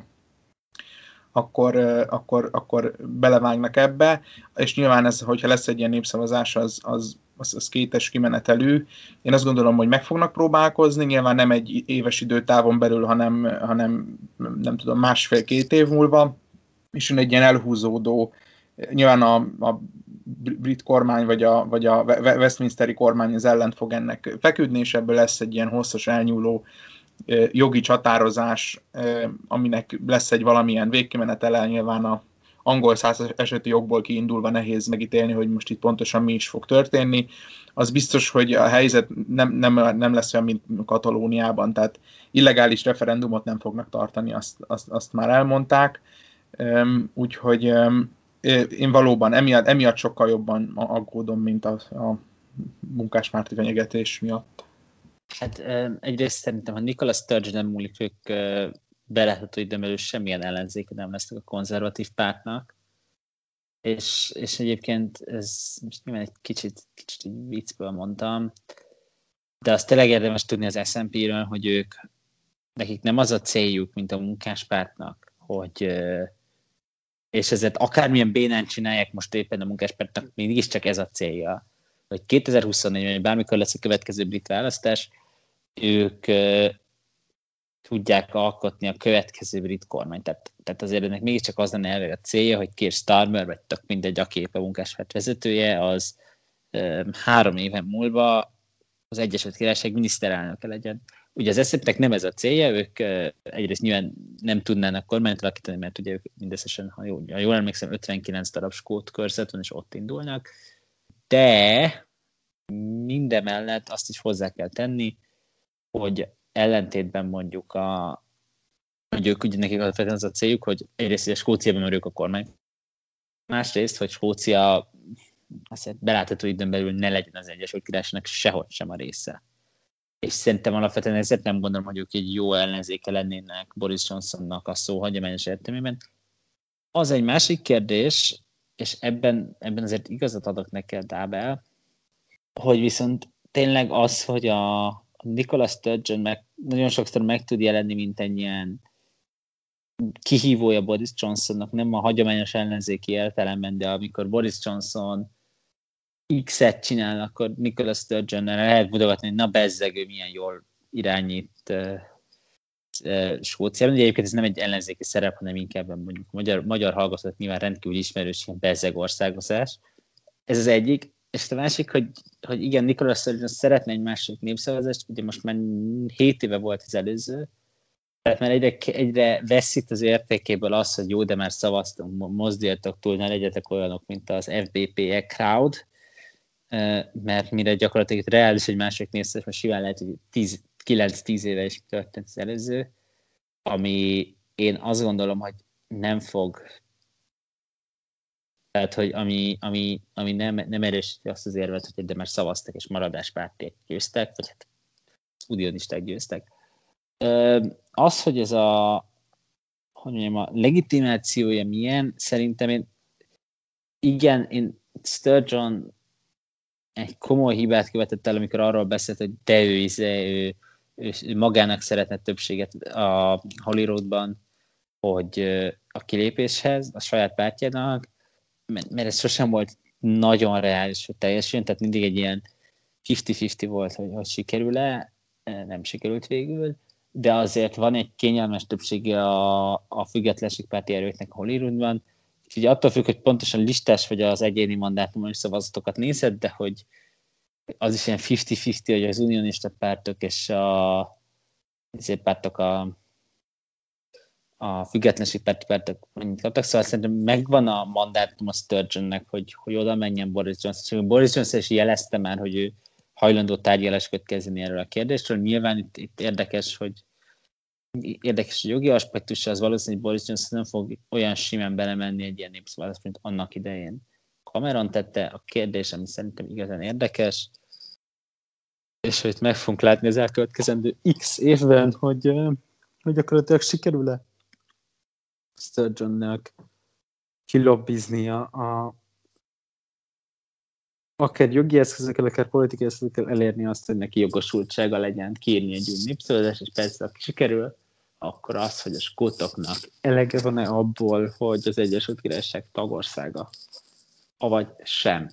akkor belevágnak ebbe, és nyilván ez, hogyha lesz egy ilyen népszavazás, az kétes kimenetelű. Én azt gondolom, hogy meg fognak próbálkozni, nyilván nem egy éves időtávon belül, hanem nem tudom, 1,5-2 év múlva, és egy ilyen elhúzódó, nyilván a brit kormány vagy a Westminsteri kormány az ellen fog ennek feküdni, és ebből lesz egy ilyen hosszas elnyúló jogi csatározás, aminek lesz egy valamilyen végkimenetele, nyilván a angol száz eseti jogból kiindulva nehéz megítélni, hogy most itt pontosan mi is fog történni. Az biztos, hogy a helyzet nem lesz olyan, mint Katalóniában, tehát illegális referendumot nem fognak tartani, azt már elmondták. Úgyhogy én valóban emiatt sokkal jobban aggódom, mint a munkáspárti fenyegetés miatt. Hát egyrészt szerintem, ha Nicola Sturgeon nem múlik, ők belátható időn belül semmilyen ellenzéke nem lesznek a konzervatív pártnak. És egyébként ez most nyilván egy kicsit így viccből mondtam, de azt tényleg érdemes tudni az SNP-ről, hogy nekik nem az a céljuk, mint a munkáspártnak, hogy és ezért akármilyen bénán csinálják most éppen a munkáspártnak, mégis csak ez a célja, hogy 2024-ben, bármikor lesz a következő brit választás, ők tudják alkotni a következő brit kormányt. Tehát azért ennek mégiscsak az lenne elvég a célja, hogy Keir Starmer, vagy tök mindegy, aki épp a munkáspárt vezetője, az 3 éven múlva az Egyesült Királyság miniszterelnöke legyen. Ugye az SZP-nek nem ez a célja, ők egyrészt nyilván nem tudnának kormányt alakítani, mert ugye ők mindösszesen, ha jól emlékszem, 59 darab skót körzet van, és ott indulnak. De mindemellett azt is hozzá kell tenni, hogy ellentétben mondjuk hogy ők ugye nekik alapvetően az a céljuk, hogy egyrészt a Skóciában ők a kormány, másrészt, hogy Skócia azt belátható időn belül ne legyen az Egyesült Királyságnak sehogy sem a része. És szerintem alapvetően ezért nem gondolom, hogy ők egy jó ellenzéke lennének Boris Johnsonnak a szó hagyományos értelmében. Az egy másik kérdés, és ebben azért igazat adok neked, Ábel, hogy viszont tényleg az, hogy a Nicola Sturgeon nagyon sokszor meg tud jelenni, mint egy ilyen kihívója Boris Johnsonnak, nem a hagyományos ellenzéki értelemben, de amikor Boris Johnson X-et csinál, akkor Nicola Sturgeonnel lehet mutogatni, hogy na bezzeg, ő milyen jól irányít Skóciában. Egyébként ez nem egy ellenzéki szerep, hanem inkább mondjuk magyar hallgatók nyilván rendkívül ismerős ilyen bezzeg országozás. Ez az egyik. És a másik, hogy igen, Nicola Sturgeon szeretne egy másik népszavazást, ugye most már 7 éve volt az előző, tehát már egyre veszít az értékéből az, hogy jó, de már szavaztunk, mozduljatok túl, ne legyetek olyanok, mint az FBP crowd, mert mire gyakorlatilag reális egy másik népszavazás, most simán lehet, hogy 9-10 éve is történt az előző, ami én azt gondolom, hogy nem fog. Tehát, hogy ami nem erősíti azt az érvet, hogy de már szavaztak, és maradáspártiek győztek, vagy hát az unionisták győztek. Az, hogy ez a legitimációja milyen, szerintem én Sturgeon egy komoly hibát követett el, amikor arról beszélt, hogy de ő magának szeretne többséget a Holyroodban, hogy a kilépéshez, a saját pártjának, mert ez sosem volt nagyon reális, hogy teljesüljön, tehát mindig egy ilyen 50-50 volt, hogy sikerül-e, nem sikerült végül, de azért van egy kényelmes többsége a függetlenségpárti erőknek a Holyroodban, és ugye attól függ, hogy pontosan listás vagy az egyéni mandátumos szavazatokat nézed, de hogy az is ilyen 50-50, hogy az unionista pártok és azért pártok a függetlenségpárti pártok mennyit kaptak, szóval szerintem megvan a mandátum a Sturgeonnek, hogy oda menjen Boris Johnson. Boris Johnson is jelezte már, hogy ő hajlandó tárgyalásokat kezdeni erről a kérdésről. Nyilván itt érdekes, hogy jogi aspektusa az valószínűleg Boris Johnson nem fog olyan simán belemenni egy ilyen népszavazásba, mint annak idején Cameron tette. A kérdés, ami szerintem igazán érdekes, és hogy meg fogunk látni az elkövetkezendő X évben, hogy gyakorlatilag sikerül-e Sturgeonnak kilobbiznia akár jogi eszközökkel, akár politikai eszközökkel elérni azt, hogy neki jogosultsága legyen kiírni egy új népszavazást, és persze, aki sikerül, akkor az, hogy a skótoknak elege van-e abból, hogy az Egyesült Királyság tagországa, avagy sem.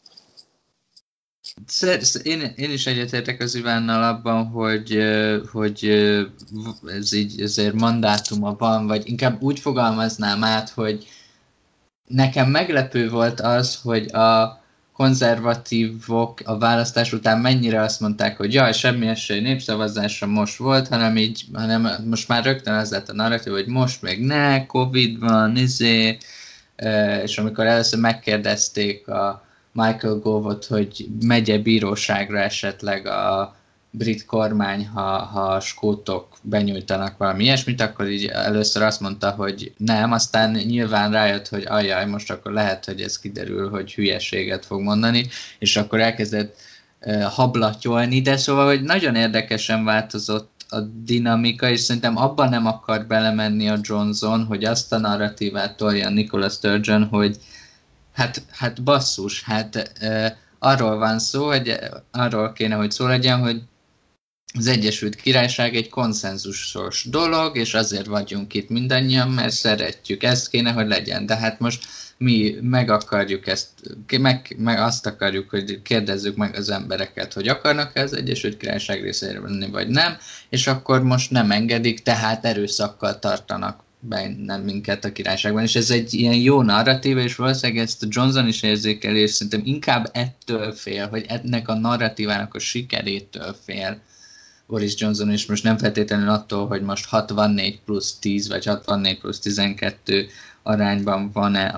Én is egyetértek az Ivánnal abban, hogy ez így azért mandátuma van, vagy inkább úgy fogalmaznám át, hogy nekem meglepő volt az, hogy a konzervatívok a választás után mennyire azt mondták, hogy jaj, semmi esély népszavazásra most volt, hanem most már rögtön az lett a narratív, hogy most még ne, Covid van, és amikor először megkérdezték a Michael Gove-ot, hogy megye bíróságra esetleg a brit kormány, ha a skótok benyújtanak valami ilyesmit, akkor így először azt mondta, hogy nem, aztán nyilván rájött, hogy ajjaj, most akkor lehet, hogy ez kiderül, hogy hülyeséget fog mondani, és akkor elkezdett hablatyolni, de szóval, hogy nagyon érdekesen változott a dinamika, és szerintem abban nem akar belemenni a Johnson, hogy azt a narratívát tolja Nicola Sturgeon, hogy hát basszus, arról van szó, hogy arról kéne, hogy szó legyen, hogy az Egyesült Királyság egy konszenzusos dolog, és azért vagyunk itt mindannyian, mert szeretjük, ezt kéne, hogy legyen. De hát most mi meg akarjuk ezt, meg azt akarjuk, hogy kérdezzük meg az embereket, hogy akarnak-e az Egyesült Királyság részére venni, vagy nem, és akkor most nem engedik, tehát erőszakkal tartanak benne minket a királyságban, és ez egy ilyen jó narratíva, és valószínűleg ezt a Johnson is érzékeli, és szerintem inkább ettől fél, hogy ennek a narratívának a sikerétől fél Boris Johnson, és most nem feltétlenül attól, hogy most 64+10 vagy 64+12 arányban van-e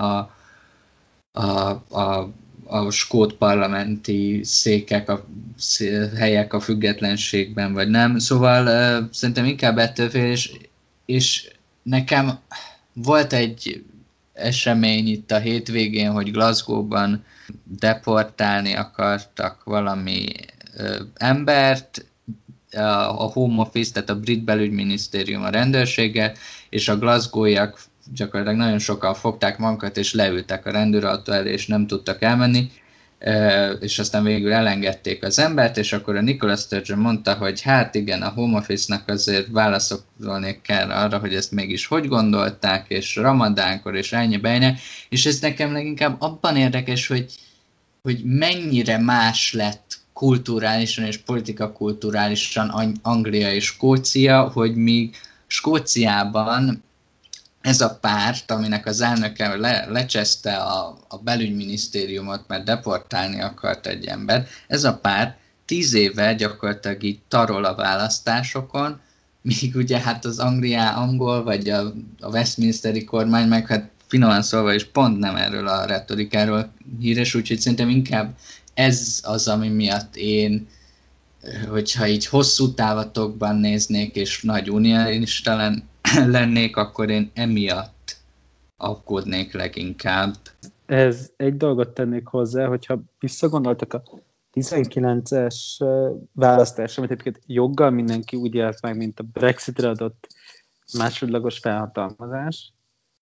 a skót parlamenti székek, helyek a függetlenségben, vagy nem. Szóval szerintem inkább ettől fél, és nekem volt egy esemény itt a hétvégén, hogy Glasgow-ban deportálni akartak valami embert, a Home Office, tehát a brit belügyminisztérium a rendőrséggel, és a glasgowiak gyakorlatilag nagyon sokan fogták magukat, és leültek a rendőrautó elé, és nem tudtak elmenni, és aztán végül elengedték az embert, és akkor a Nicola Sturgeon mondta, hogy hát igen, a Home Office-nak azért válaszolni kell arra, hogy ezt mégis hogy gondolták, és ramadánkor, és ennyi-bejne, és ez nekem leginkább abban érdekes, hogy mennyire más lett kulturálisan és politikakulturálisan Anglia és Skócia, hogy míg Skóciában ez a párt, aminek az elnöke lecseszte a belügyminisztériumot, mert deportálni akart egy ember, ez a párt 10 éve gyakorlatilag így tarol a választásokon, míg ugye hát az angol vagy a Westminsteri kormány meg hát finoman szólva is pont nem erről a retorikáról híres, úgyhogy szerintem inkább ez az, ami miatt én, hogyha így hosszú távatokban néznék, és nagy unionista lennék, akkor én emiatt aggódnék leginkább. Ez egy dolgot tennék hozzá, hogyha visszagondoltak a 19-es választás, amit egyébként joggal mindenki úgy élt meg, mint a Brexitre adott másodlagos felhatalmazás.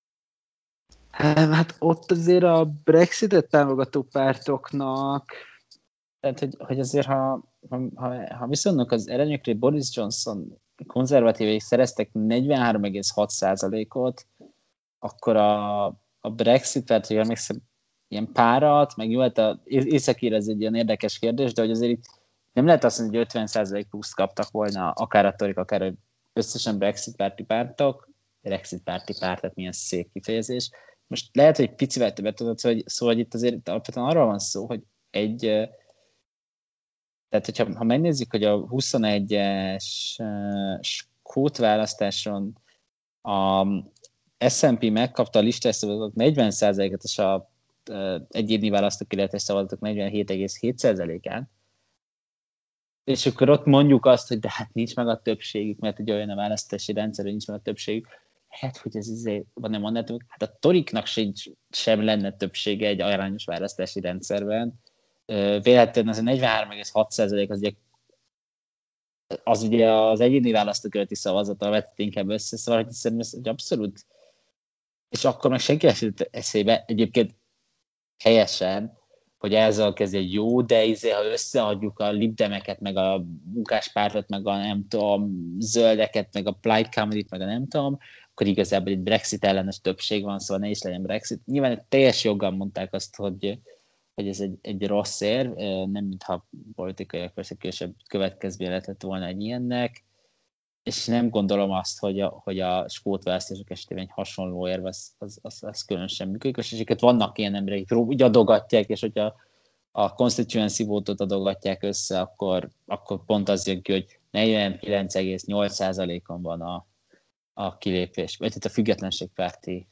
Hát ott azért a Brexitet támogató pártoknak, tehát hogy azért, ha viszonylag az eredményekre, Boris Johnson konzervatívai szereztek 43,6%-ot, akkor a Brexit, tehát hogy emlékszem, ilyen párat, meg jó, hát északír ez egy ilyen érdekes kérdés, de hogy azért itt nem lehet azt mondani, hogy 50% plusz kaptak volna akár a torik, akár összesen Brexit párti pártok, Brexit párti párt, tehát milyen szép kifejezés. Most lehet, hogy picivel többet tudod, szóval itt azért alapvetően arról van szó, hogy tehát hogyha megnézzük, hogy a 21-es skót választáson a SNP megkapta a listás szavazatok 40%-et, és a egyéni választókerületes szavazatok 47,7%-án, és akkor ott mondjuk azt, hogy de hát nincs meg a többségük, mert egy olyan a választási rendszer, hogy nincs meg a többségük. Hát, hogy ez van nem mondatunk, hát a toriknak sem lenne többsége egy arányos választási rendszerben. Véletlenül az a 43,6% az ugye az egyéni választókerületi szavazattal vett inkább össze, szóval hogy szerintem ez egy abszolút És akkor meg senki eszébe, egyébként helyesen, hogy ezzel kezd egy jó, de ha összeadjuk a libdemeket, meg a munkáspártot, meg a nem tudom, zöldeket, meg a Plaid Comedy-t, meg a nem tudom, akkor igazából egy Brexit ellenes többség van, szóval ne is legyen Brexit. Nyilván teljes joggal mondták azt, hogy ez egy rossz érv, nem mintha politikaiak persze később következménye lett volna egy ilyennek, és nem gondolom azt, hogy a skót választások esetében egy hasonló érv az különösen működik, és ezeket vannak ilyen emberek, akik úgy adogatják, és hogyha a constituency votot adogatják össze, akkor pont az jön ki, hogy 49,8%-on van a kilépés, vagy tehát a függetlenségpárti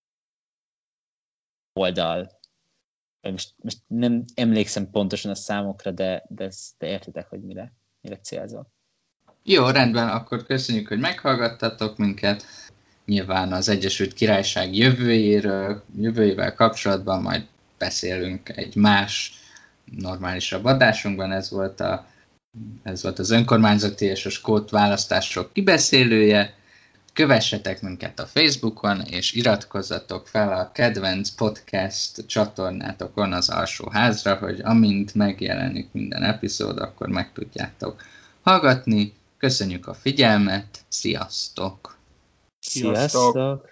oldal. Most nem emlékszem pontosan a számokra, de értitek, hogy mire célzol. Jó, rendben, akkor köszönjük, hogy meghallgattatok minket. Nyilván az Egyesült Királyság jövőjével kapcsolatban majd beszélünk egy más normálisabb adásunkban. Ez volt az önkormányzati és a skót választások kibeszélője. Kövessetek minket a Facebookon, és iratkozzatok fel a kedvenc podcast csatornátokon az Alsóházra, hogy amint megjelenik minden epizód, akkor meg tudjátok hallgatni. Köszönjük a figyelmet, sziasztok! Sziasztok!